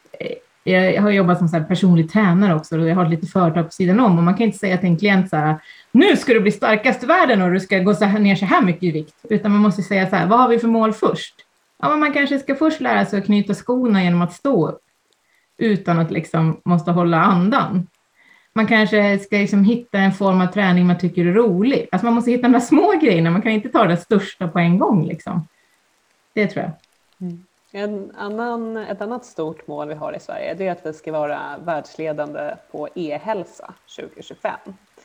S4: jag har jobbat som så här personlig tränare också, och jag har lite företag på sidan om, och man kan inte säga till en klient så här: nu ska du bli starkast i världen och du ska gå så här, ner så här mycket i vikt, utan man måste säga så här: vad har vi för mål först? Ja, men man kanske ska först lära sig att knyta skorna genom att stå upp utan att liksom måste hålla andan. Man kanske ska liksom hitta en form av träning man tycker är rolig. Alltså man måste hitta de här små grejerna, man kan inte ta det största på en gång liksom. Det tror jag.
S3: Mm. En annan, ett annat stort mål vi har i Sverige, det är att vi ska vara världsledande på e-hälsa tjugo tjugofem.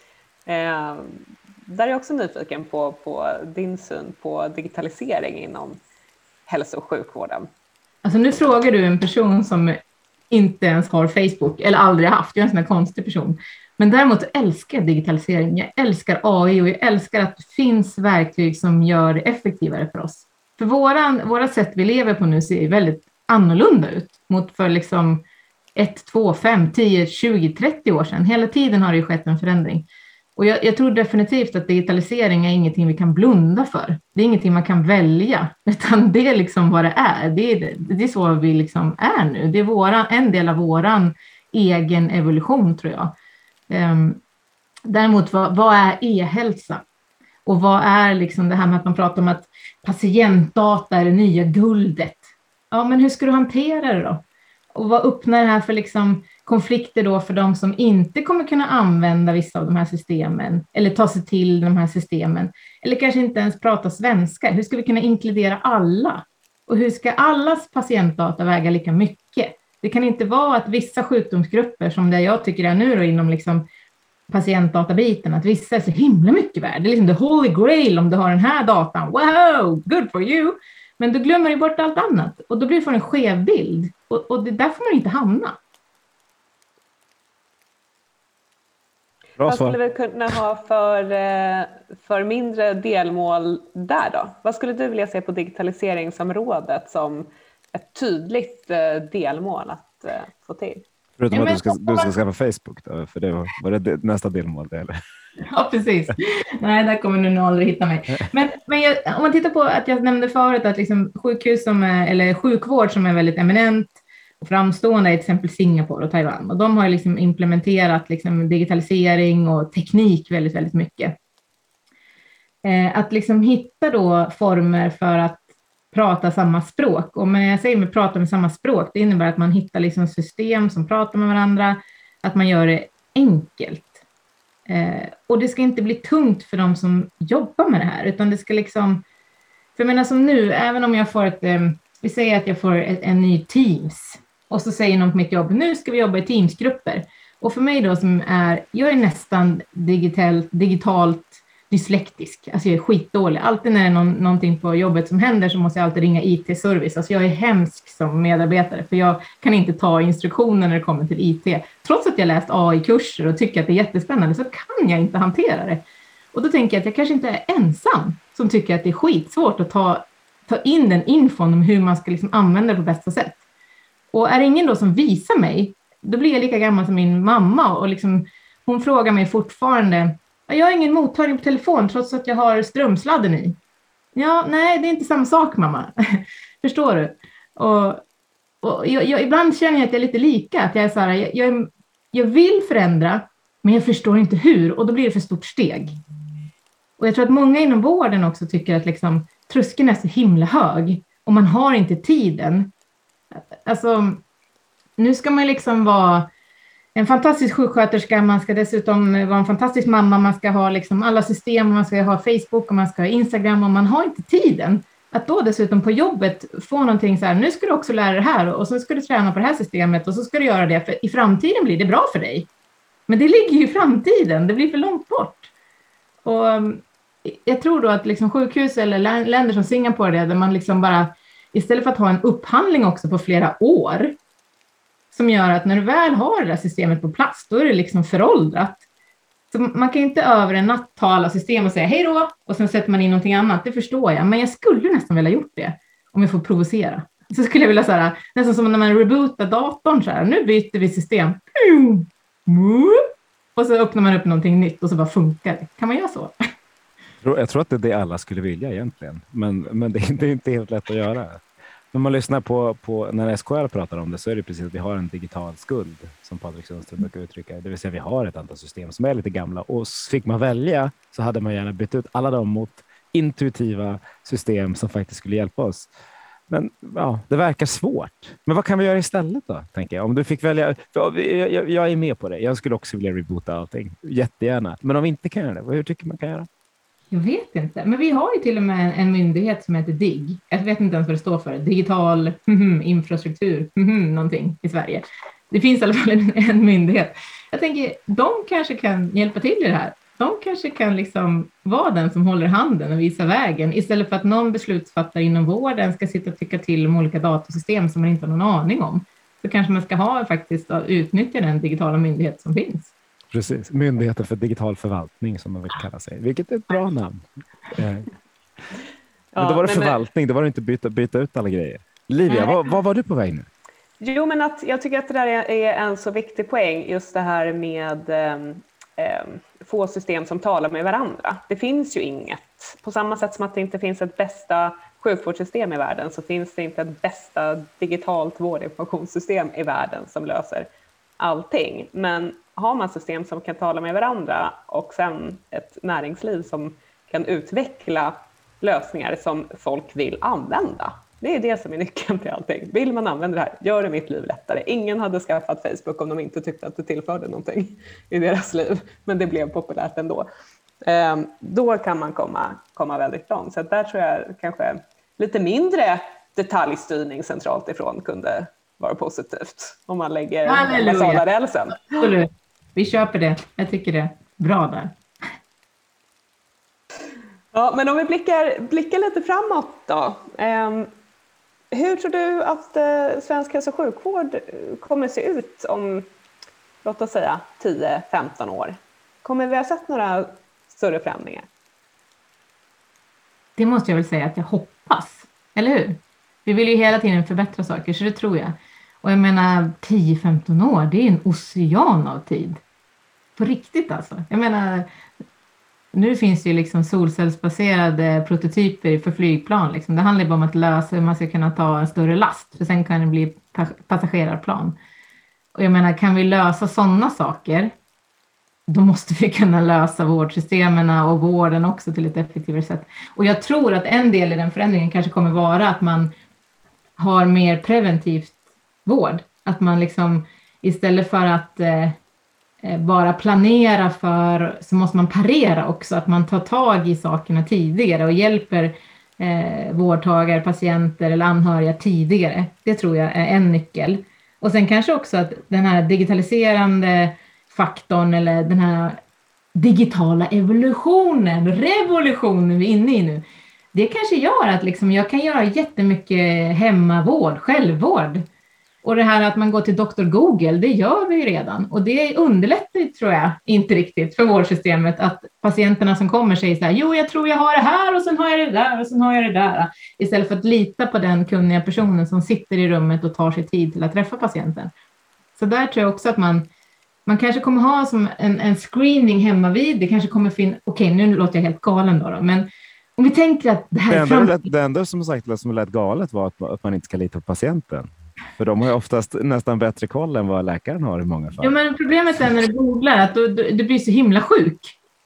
S3: Eh, där är jag också nyfiken på, på din syn på digitalisering inom hälso- och sjukvården.
S4: Alltså nu frågar du en person som inte ens har Facebook eller aldrig haft. Jag är en sån här konstig person. Men däremot älskar jag digitalisering. Jag älskar A I och jag älskar att det finns verktyg som gör det effektivare för oss. För våran, våra sätt vi lever på nu ser väldigt annorlunda ut mot för liksom ett, två, fem, tio, tjugo, trettio år sedan. Hela tiden har det ju skett en förändring. Och jag, jag tror definitivt att digitalisering är ingenting vi kan blunda för. Det är ingenting man kan välja, utan det är liksom vad det är. Det är, det är så vi liksom är nu. Det är våran, en del av våran egen evolution, tror jag. Um, däremot, vad, vad är e-hälsa? Och vad är liksom det här med att man pratar om att patientdata är det nya guldet? Ja, men hur ska du hantera det då? Och vad öppnar det här för liksom konflikter då för de som inte kommer kunna använda vissa av de här systemen eller ta sig till de här systemen eller kanske inte ens prata svenska? Hur ska vi kunna inkludera alla? Och hur ska allas patientdata väga lika mycket? Det kan inte vara att vissa sjukdomsgrupper, som det jag tycker är nu då inom liksom patientdatabiten, att vissa är så himla mycket värd. Det är liksom the holy grail om du har den här datan. Wow, good for you! Men du glömmer ju bort allt annat och då blir det för en skev bild. Och, och det där får man inte hamna.
S2: Bra
S3: Vad
S2: svar.
S3: skulle vi kunna ha för, för mindre delmål där då? Vad skulle du vilja se på digitaliseringsområdet som ett tydligt delmål att få till?
S2: Förutom
S4: Ja,
S2: att
S4: men-
S2: du ska, du ska skaffa Facebook då, för det var, var det det nästa delmål det, eller?
S4: Ja, precis. Nej, där kommer du nog aldrig hitta mig. Men, men jag, om man tittar på att jag nämnde förut att liksom sjukhus som är, eller sjukvård som är väldigt eminent och framstående, till exempel Singapore och Taiwan. Och de har liksom implementerat liksom digitalisering och teknik väldigt, väldigt mycket. Eh, att liksom hitta då former för att prata samma språk. Och när jag säger med prata med samma språk, det innebär att man hittar liksom system som pratar med varandra, att man gör det enkelt. Eh, och det ska inte bli tungt för de som jobbar med det här, utan det ska liksom, för jag menar som nu, även om jag får ett, eh, vi säger att jag får ett, en ny Teams, och så säger någon på mitt jobb, nu ska vi jobba i Teamsgrupper. Och för mig då som är, jag är nästan digitalt, digitalt dyslektisk, alltså jag är skitdålig. Alltid när det är någon, någonting på jobbet som händer så måste jag alltid ringa I T-service. Alltså jag är hemsk som medarbetare för jag kan inte ta instruktioner när det kommer till I T. Trots att jag läst A I-kurser och tycker att det är jättespännande så kan jag inte hantera det. Och då tänker jag att jag kanske inte är ensam som tycker att det är skitsvårt att ta, ta in den infon om hur man ska liksom använda det på bästa sätt. Och är det ingen då som visar mig, då blir jag lika gammal som min mamma och liksom, hon frågar mig fortfarande, jag har ingen mottagning på telefon trots att jag har strömsladden i. Ja, nej, det är inte samma sak, mamma. Förstår du? Och, och jag, jag, ibland känner jag att jag är lite lika. Att jag, är så här, jag, jag, jag vill förändra, men jag förstår inte hur. Och då blir det för stort steg. Och jag tror att många inom vården också tycker att liksom, tröskeln är så himla hög. Och man har inte tiden. Alltså, nu ska man liksom vara en fantastisk sjuksköterska, man ska dessutom vara en fantastisk mamma, man ska ha liksom alla system, man ska ha Facebook och man ska ha Instagram och man har inte tiden. att då dessutom på jobbet få någonting så här, nu ska du också lära dig det här och så ska du träna på det här systemet och så ska du göra det, för i framtiden blir det bra för dig. Men det ligger ju i framtiden, det blir för långt bort. Och jag tror då att liksom sjukhus eller länder som Singapore, där man liksom bara, istället för att ha en upphandling också på flera år, som gör att när du väl har det där systemet på plats, då är det liksom föråldrat. Så man kan inte över en natt ta alla system och säga hej då, och sen sätter man in någonting annat, det förstår jag. Men jag skulle nästan vilja gjort det, om jag får provocera. Så skulle jag vilja säga, nästan som när man rebootar datorn så här, nu byter vi system. Och så öppnar man upp någonting nytt och så bara funkar det. Kan man göra så?
S2: Jag tror att det är det alla skulle vilja egentligen, men, men det, är, det är inte helt lätt att göra. När man lyssnar på, på när S K L pratar om det, så är det precis att vi har en digital skuld, som Patrik Sundström brukar uttrycka. Det vill säga vi har ett antal system som är lite gamla, och fick man välja så hade man gärna bytt ut alla dem mot intuitiva system som faktiskt skulle hjälpa oss. Men ja, det verkar svårt. Men vad kan vi göra istället då, tänker jag? Om du fick välja, jag, jag, jag är med på det. Jag skulle också vilja reboota allting, jättegärna. Men om vi inte kan göra det, hur tycker man kan göra?
S4: Jag vet inte, men vi har ju till och med en myndighet som heter D I G. Jag vet inte ens vad det står för. Digital mm, infrastruktur, mm, någonting i Sverige. Det finns i alla fall en, en myndighet. Jag tänker, de kanske kan hjälpa till i det här. De kanske kan liksom vara den som håller handen och visar vägen, istället för att någon beslutsfattare inom vården ska sitta och tycka till om olika datasystem som man inte har någon aning om. Så kanske man ska ha faktiskt att utnyttja den digitala myndighet som finns.
S2: Precis, Myndigheten för digital förvaltning som man vill kalla sig. Vilket är ett bra namn. Men då var det förvaltning, då var det inte byta, byta ut alla grejer. Livia, vad, vad var du på väg nu?
S3: Jo, men att jag tycker att det där är en så viktig poäng, just det här med eh, få system som talar med varandra. Det finns ju inget. På samma sätt som att det inte finns ett bästa sjukvårdssystem i världen, så finns det inte ett bästa digitalt vårdinformationssystem i världen som löser allting. Men har man system som kan tala med varandra och sen ett näringsliv som kan utveckla lösningar som folk vill använda. Det är det som är nyckeln till allting. Vill man använda det här, gör det mitt liv lättare. Ingen hade skaffat Facebook om de inte tyckte att det tillförde någonting i deras liv. Men det blev populärt ändå. Ehm, då kan man komma, komma väldigt långt. Så där tror jag kanske lite mindre detaljstyrning centralt ifrån kunde vara positivt. Om man lägger basala rälsen.
S4: Absolut. Vi köper det. Jag tycker det är bra där.
S3: Ja, men om vi blickar, blickar lite framåt då. Um, hur tror du att uh, svensk hälso- och sjukvård kommer se ut om, låt oss säga, tio femton år? Kommer vi ha sett några större förändringar?
S4: Det måste jag väl säga att jag hoppas. Eller hur? Vi vill ju hela tiden förbättra saker, så det tror jag. Och jag menar, tio femton år, det är en ocean av tid. På riktigt alltså. Jag menar, nu finns det ju liksom solcellsbaserade prototyper för flygplan. Liksom. Det handlar bara om att lösa hur man ska kunna ta en större last. För sen kan det bli passagerarplan. Och jag menar, kan vi lösa sådana saker, då måste vi kunna lösa vårdsystemen och vården också till ett effektivare sätt. Och jag tror att en del i den förändringen kanske kommer vara att man har mer preventivt vård. Att man liksom istället för att eh, bara planera för, så måste man parera också. Att man tar tag i sakerna tidigare och hjälper eh, vårdtagare, patienter eller anhöriga tidigare. Det tror jag är en nyckel. Och sen kanske också att den här digitaliserande faktorn eller den här digitala evolutionen, revolutionen vi är inne i nu. Det kanske gör att liksom jag kan göra jättemycket hemmavård, självvård. Och det här att man går till doktor Google, det gör vi ju redan. Och det underlättar, tror jag, inte riktigt för vårdsystemet att patienterna som kommer säger så här, jo jag tror jag har det här och sen har jag det där och sen har jag det där. Istället för att lita på den kunniga personen som sitter i rummet och tar sig tid till att träffa patienten. Så där tror jag också att man, man kanske kommer ha som en, en screening hemma vid. Det kanske kommer finnas, okej nu låter jag helt galen då, då men om vi tänker att det här
S2: det
S4: är
S2: enda,
S4: framtiden.
S2: det enda som sagt som lät galet var att, att man inte ska lita på patienten. För de har ju oftast nästan bättre koll än vad läkaren har i många fall.
S4: Ja, men problemet är när du googlar att du, du, du blir så himla sjuk.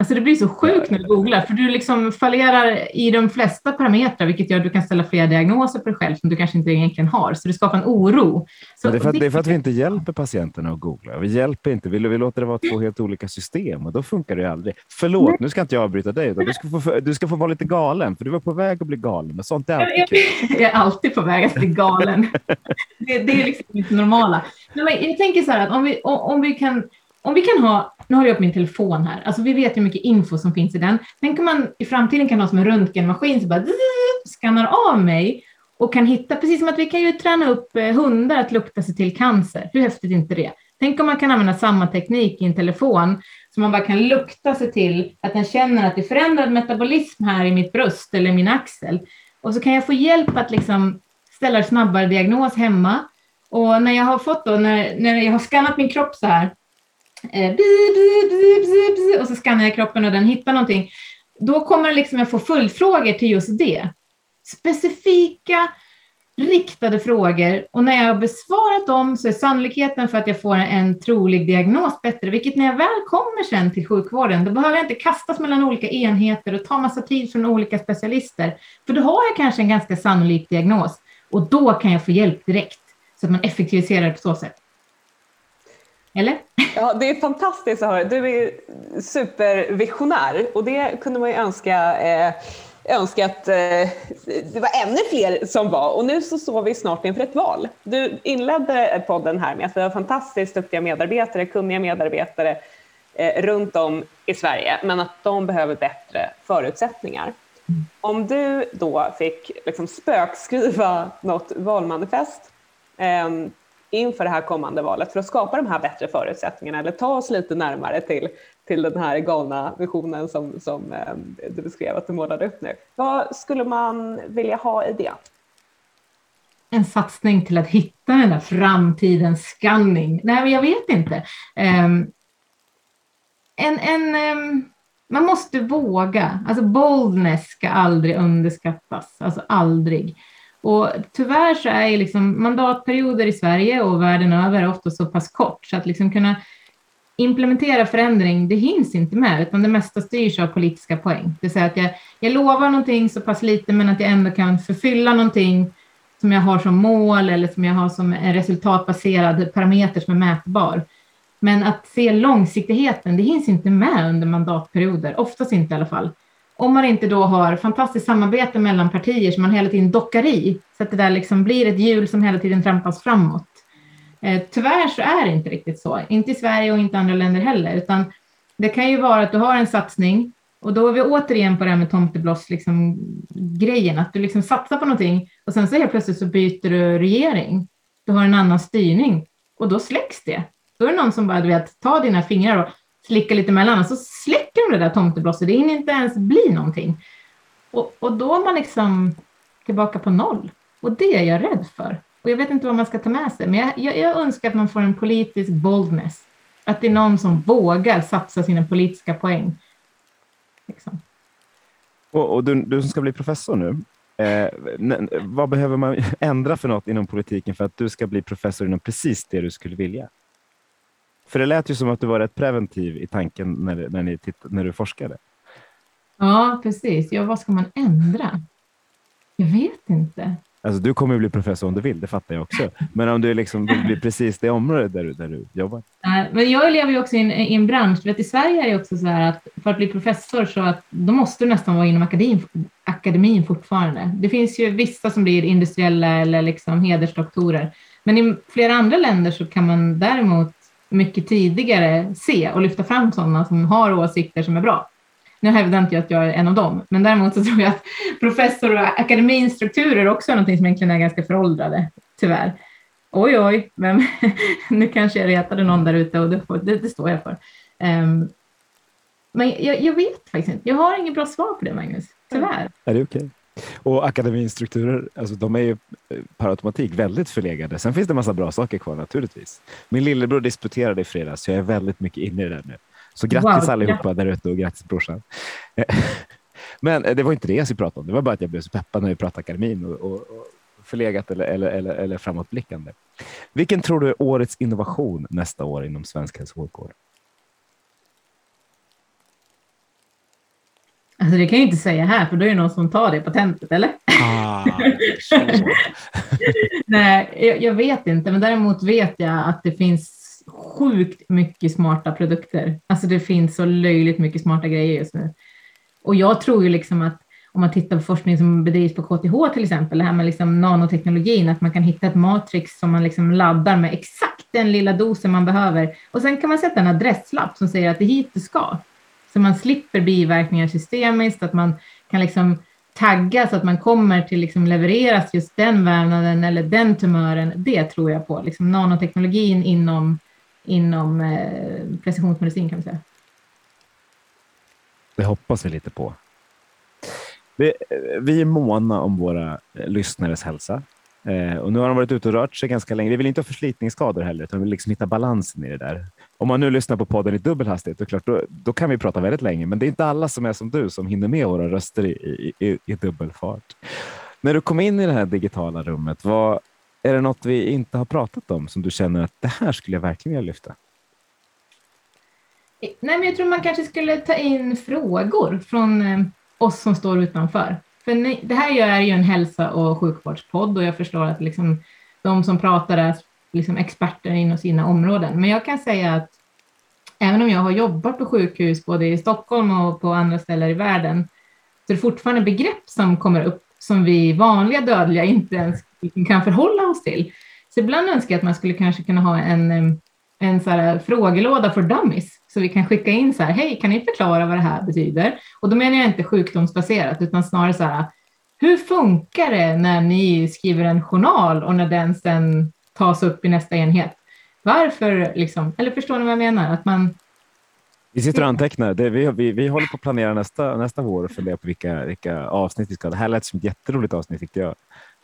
S4: Alltså det blir så sjukt när du googlar, för du liksom fallerar i de flesta parametrar, vilket gör att du kan ställa flera diagnoser på dig själv som du kanske inte egentligen har. Så det skapar en oro. Så
S2: det, är för att, det är för att vi inte hjälper patienterna att googla. Vi hjälper inte, vi, vi låter det vara två helt olika system och då funkar det ju aldrig. Förlåt, Nej. nu ska inte jag avbryta dig. Utan du, ska få, du ska få vara lite galen, för du var på väg att bli galen. Men sånt är alltid kul.
S4: Jag är alltid på väg att bli galen. det, det är liksom inte normala. Men jag tänker så här att om vi, om vi kan... Om vi kan ha, nu har jag upp min telefon här, alltså vi vet hur mycket info som finns i den. Tänk om man i framtiden kan ha som en röntgenmaskin som bara skannar av mig och kan hitta, precis som att vi kan ju träna upp hundar att lukta sig till cancer. Hur häftigt är inte det? Tänk om man kan använda samma teknik i en telefon så man bara kan lukta sig till att den känner att det är förändrad metabolism här i mitt bröst eller min axel. Och så kan jag få hjälp att liksom ställa en snabbare diagnos hemma. Och när jag har fått då, när, när jag har skannat min kropp så här, och så skannar jag kroppen och den hittar någonting, då kommer det liksom att få följdfrågor till just det. Specifika, riktade frågor, och när jag har besvarat dem så är sannolikheten för att jag får en trolig diagnos bättre, vilket när jag väl kommer sen till sjukvården, då behöver jag inte kastas mellan olika enheter och ta massa tid från olika specialister, för då har jag kanske en ganska sannolik diagnos och då kan jag få hjälp direkt så att man effektiviserar på så sätt. Eller?
S3: Ja, det är fantastiskt att höra. Du är supervisionär och det kunde man ju önska, eh, önska att eh, det var ännu fler som var. Och nu så står vi snart inför ett val. Du inledde podden här med att vi har fantastiskt duktiga medarbetare, kunniga medarbetare eh, runt om i Sverige, men att de behöver bättre förutsättningar. Mm. Om du då fick liksom spökskriva något valmanifest eh, inför det här kommande valet för att skapa de här bättre förutsättningarna eller ta oss lite närmare till, till den här galna visionen som, som eh, du beskrev att du målade upp nu. Vad skulle man vilja ha i det?
S4: En satsning till att hitta den där framtidens scanning. Nej, men jag vet inte. Um, en, en, um, man måste våga. Alltså boldness ska aldrig underskattas. Alltså aldrig. Och tyvärr så är liksom mandatperioder i Sverige och världen över ofta så pass kort så att liksom kunna implementera förändring, det hinns inte med, utan det mesta styrs av politiska poäng. Det vill säga att jag, jag lovar någonting så pass lite, men att jag ändå kan förfylla någonting som jag har som mål eller som jag har som en resultatbaserad parameter som är mätbar. Men att se långsiktigheten, det hinns inte med under mandatperioder, oftast inte i alla fall. Om man inte då har fantastiskt samarbete mellan partier som man hela tiden dockar i, så att det där liksom blir ett hjul som hela tiden trampas framåt. Eh, tyvärr så är det inte riktigt så. Inte i Sverige och inte andra länder heller. Utan det kan ju vara att du har en satsning. Och då är vi återigen på det här med tomtebloss liksom, grejen. Att du liksom satsar på någonting. Och sen så helt plötsligt så byter du regering. Du har en annan styrning. Och då släcks det. Då är det någon som bara, du vet, tar dina fingrar och slickar lite mellan. Och så släcker de det där tomteblosset. Det hinner inte ens bli någonting. Och, och då är man liksom tillbaka på noll. Och det är jag rädd för. Och jag vet inte vad man ska ta med sig. Men jag, jag, jag önskar att man får en politisk boldness. Att det är någon som vågar satsa sina politiska poäng. Liksom.
S2: Och, och du, du som ska bli professor nu. Eh, vad behöver man ändra för något inom politiken för att du ska bli professor inom precis det du skulle vilja? För det lät ju som att du var rätt preventiv i tanken när, när, ni titt, när du forskade.
S4: Ja, precis. Ja, vad ska man ändra? Jag vet inte.
S2: Alltså du kommer ju bli professor om du vill, det fattar jag också. Men om du liksom vill bli precis det område där du, där du jobbar.
S4: Nej, men jag lever ju också i en, i en bransch. Du vet, i Sverige är det också så här att för att bli professor så att då måste du nästan vara inom akademin, akademin fortfarande. Det finns ju vissa som blir industriella eller liksom hedersdoktorer. Men i flera andra länder så kan man däremot mycket tidigare se och lyfta fram sådana som har åsikter som är bra. Nu hävdar inte jag att jag är en av dem, men däremot så tror jag att professor- och akademistrukturer också är något som egentligen är ganska föråldrade, tyvärr. Oj, oj, men nu kanske jag retade någon där ute och det, får, det, det står jag för. Um, men jag, jag vet faktiskt inte. Jag har inget bra svar på det, Magnus, tyvärr.
S2: Är det okej? Okay? Och akademistrukturer, alltså de är ju per automatik väldigt förlegade. Sen finns det en massa bra saker kvar naturligtvis. Min lillebror disputerade i fredags så jag är väldigt mycket inne i det nu. Så grattis wow, allihopa ja. Där ute och grattis brorsan. Men det var inte det jag skulle prata om. Det var bara att jag blev så peppad när vi pratade akademin och, och, och förlegat eller, eller, eller, eller framåtblickande. Vilken tror du är årets innovation nästa år inom svensk hälso- och sjukvård?
S4: Alltså det kan jag inte säga här, för då är det någon som tar det patentet, eller?
S2: Ah, så.
S4: Nej, jag, jag vet inte, men däremot vet jag att det finns sjukt mycket smarta produkter. Alltså det finns så löjligt mycket smarta grejer just nu. Och jag tror ju liksom att om man tittar på forskning som bedrivs på K T H till exempel, det här med liksom nanoteknologin, att man kan hitta ett matrix som man liksom laddar med exakt den lilla dosen man behöver. Och sen kan man sätta en adresslapp som säger att det är hit du ska. Så man slipper biverkningar systemiskt, att man kan liksom tagga så att man kommer till liksom levereras just den vävnaden eller den tumören. Det tror jag på. Liksom nanoteknologin inom, inom eh, precisionsmedicin kan man säga.
S2: Det hoppas vi lite på. Vi, vi är måna om våra lyssnares hälsa. Eh, och nu har de varit ute och rört sig ganska länge. Vi vill inte ha förslitningsskador heller, utan vi vill liksom hitta balansen i det där. Om man nu lyssnar på podden i dubbel hastighet, då, klart, då, då kan vi prata väldigt länge. Men det är inte alla som är som du som hinner med våra röster i, i, i dubbelfart. När du kom in i det här digitala rummet, vad, är det något vi inte har pratat om som du känner att det här skulle jag verkligen vilja lyfta?
S4: Nej, men jag tror man kanske skulle ta in frågor från eh, oss som står utanför. För ni, det här är ju en hälsa- och sjukvårdspodd och jag förstår att liksom, de som pratar är liksom experter inom sina områden. Men jag kan säga att även om jag har jobbat på sjukhus både i Stockholm och på andra ställen i världen, så är det fortfarande begrepp som kommer upp som vi vanliga dödliga inte ens kan förhålla oss till. Så ibland önskar jag att man skulle kanske kunna ha en, en så här frågelåda för dummies. Så vi kan skicka in så här, hej, kan ni förklara vad det här betyder? Och då menar jag inte sjukdomsbaserat, utan snarare så här, hur funkar det när ni skriver en journal och när den sen tas upp i nästa enhet? Varför liksom, eller förstår ni vad jag menar? Att man...
S2: Vi sitter och antecknar. Det, vi, vi, vi håller på att planera nästa, nästa vår och fundera på vilka, vilka avsnitt vi ska ha. Det här lät som ett jätteroligt avsnitt, tyckte jag.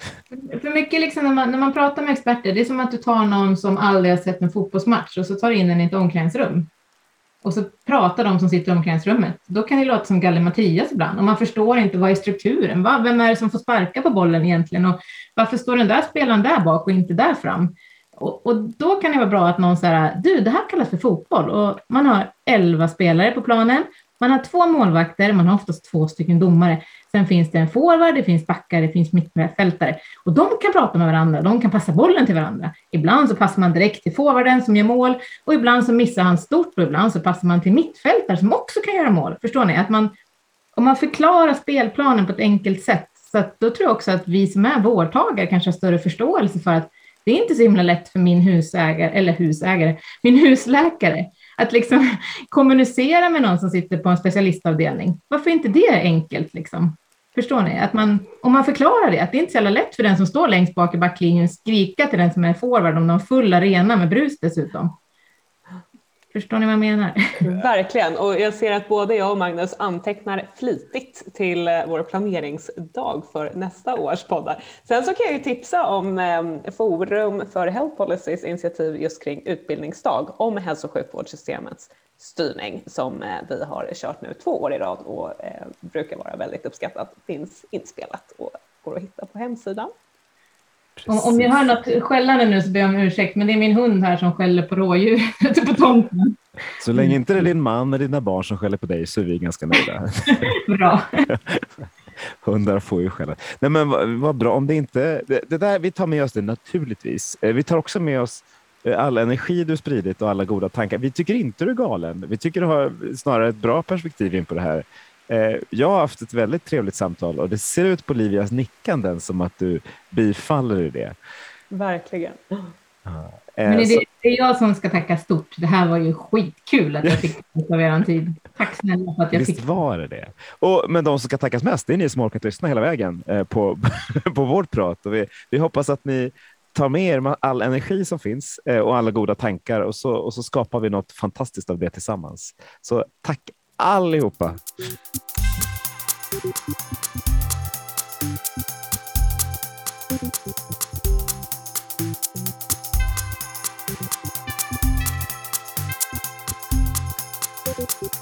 S4: För mycket liksom när man, när man pratar med experter, det är som att du tar någon som aldrig har sett en fotbollsmatch och så tar in den i ett omklädningsrum. Och så pratar de som sitter i omklädningsrummet. Då kan det låta som Galle Mattias ibland. Och man förstår inte vad är strukturen. Va? Vem är det som får sparka på bollen egentligen? Och varför står den där spelaren där bak och inte där fram? Och, och då kan det vara bra att någon säger, du, det här kallas för fotboll. Och man har elva spelare på planen. Man har två målvakter, man har oftast två stycken domare. Sen finns det en forward, det finns backar, det finns mittfältare. Och de kan prata med varandra, de kan passa bollen till varandra. Ibland så passar man direkt till forwarden som gör mål. Och ibland så missar han stort och ibland så passar man till mittfältare som också kan göra mål. Förstår ni? Att man, om man förklarar spelplanen på ett enkelt sätt. Så att då tror jag också att vi som är vårdtagare kanske har större förståelse för att det är inte så himla lätt för min husägare, eller husägare, min husläkare att liksom kommunicera med någon som sitter på en specialistavdelning. Varför inte det är enkelt liksom? Förstår ni? Att man, om man förklarar det, att det är inte så jävla lätt för den som står längst bak i backlinjen skrika till den som är forward om de full arena med brus dessutom. Förstår ni vad jag menar?
S3: Verkligen, och jag ser att både jag och Magnus antecknar flitigt till vår planeringsdag för nästa års poddar. Sen så kan jag ju tipsa om eh, Forum för Health Policies initiativ just kring utbildningsdag om hälso- och sjukvårdssystemets styrning som eh, vi har kört nu två år i rad och eh, brukar vara väldigt uppskattat. Finns inspelat och går att hitta på hemsidan.
S4: Om, om jag hör något skällande nu så ber jag om ursäkt, men det är min hund här som skäller på rådjur ute på tomten.
S2: Så länge inte det är din man eller dina barn som skäller på dig så är vi ganska nöjda.
S4: Bra.
S2: Hundar får ju skälla. Nej, men vad, vad bra. Om det inte, det, det där, vi tar med oss det naturligtvis. Vi tar också med oss all energi du spridit och alla goda tankar. Vi tycker inte du är galen. Vi tycker du har snarare ett bra perspektiv in på det här. Jag har haft ett väldigt trevligt samtal och det ser ut på Livias nickanden som att du bifaller i det.
S3: Verkligen.
S2: Ja.
S4: Men det är jag som ska tacka stort. Det här var ju skitkul att jag fick av er tid. Tack snälla för att jag
S2: Visst
S4: fick.
S2: var det det. Och, men de som ska tackas mest, det är ni som orkat lyssna hela vägen eh, på, på vårt prat. Och vi, vi hoppas att ni tar med er all energi som finns eh, och alla goda tankar och så, och så skapar vi något fantastiskt av det tillsammans. Så tack allihopa! Thank you.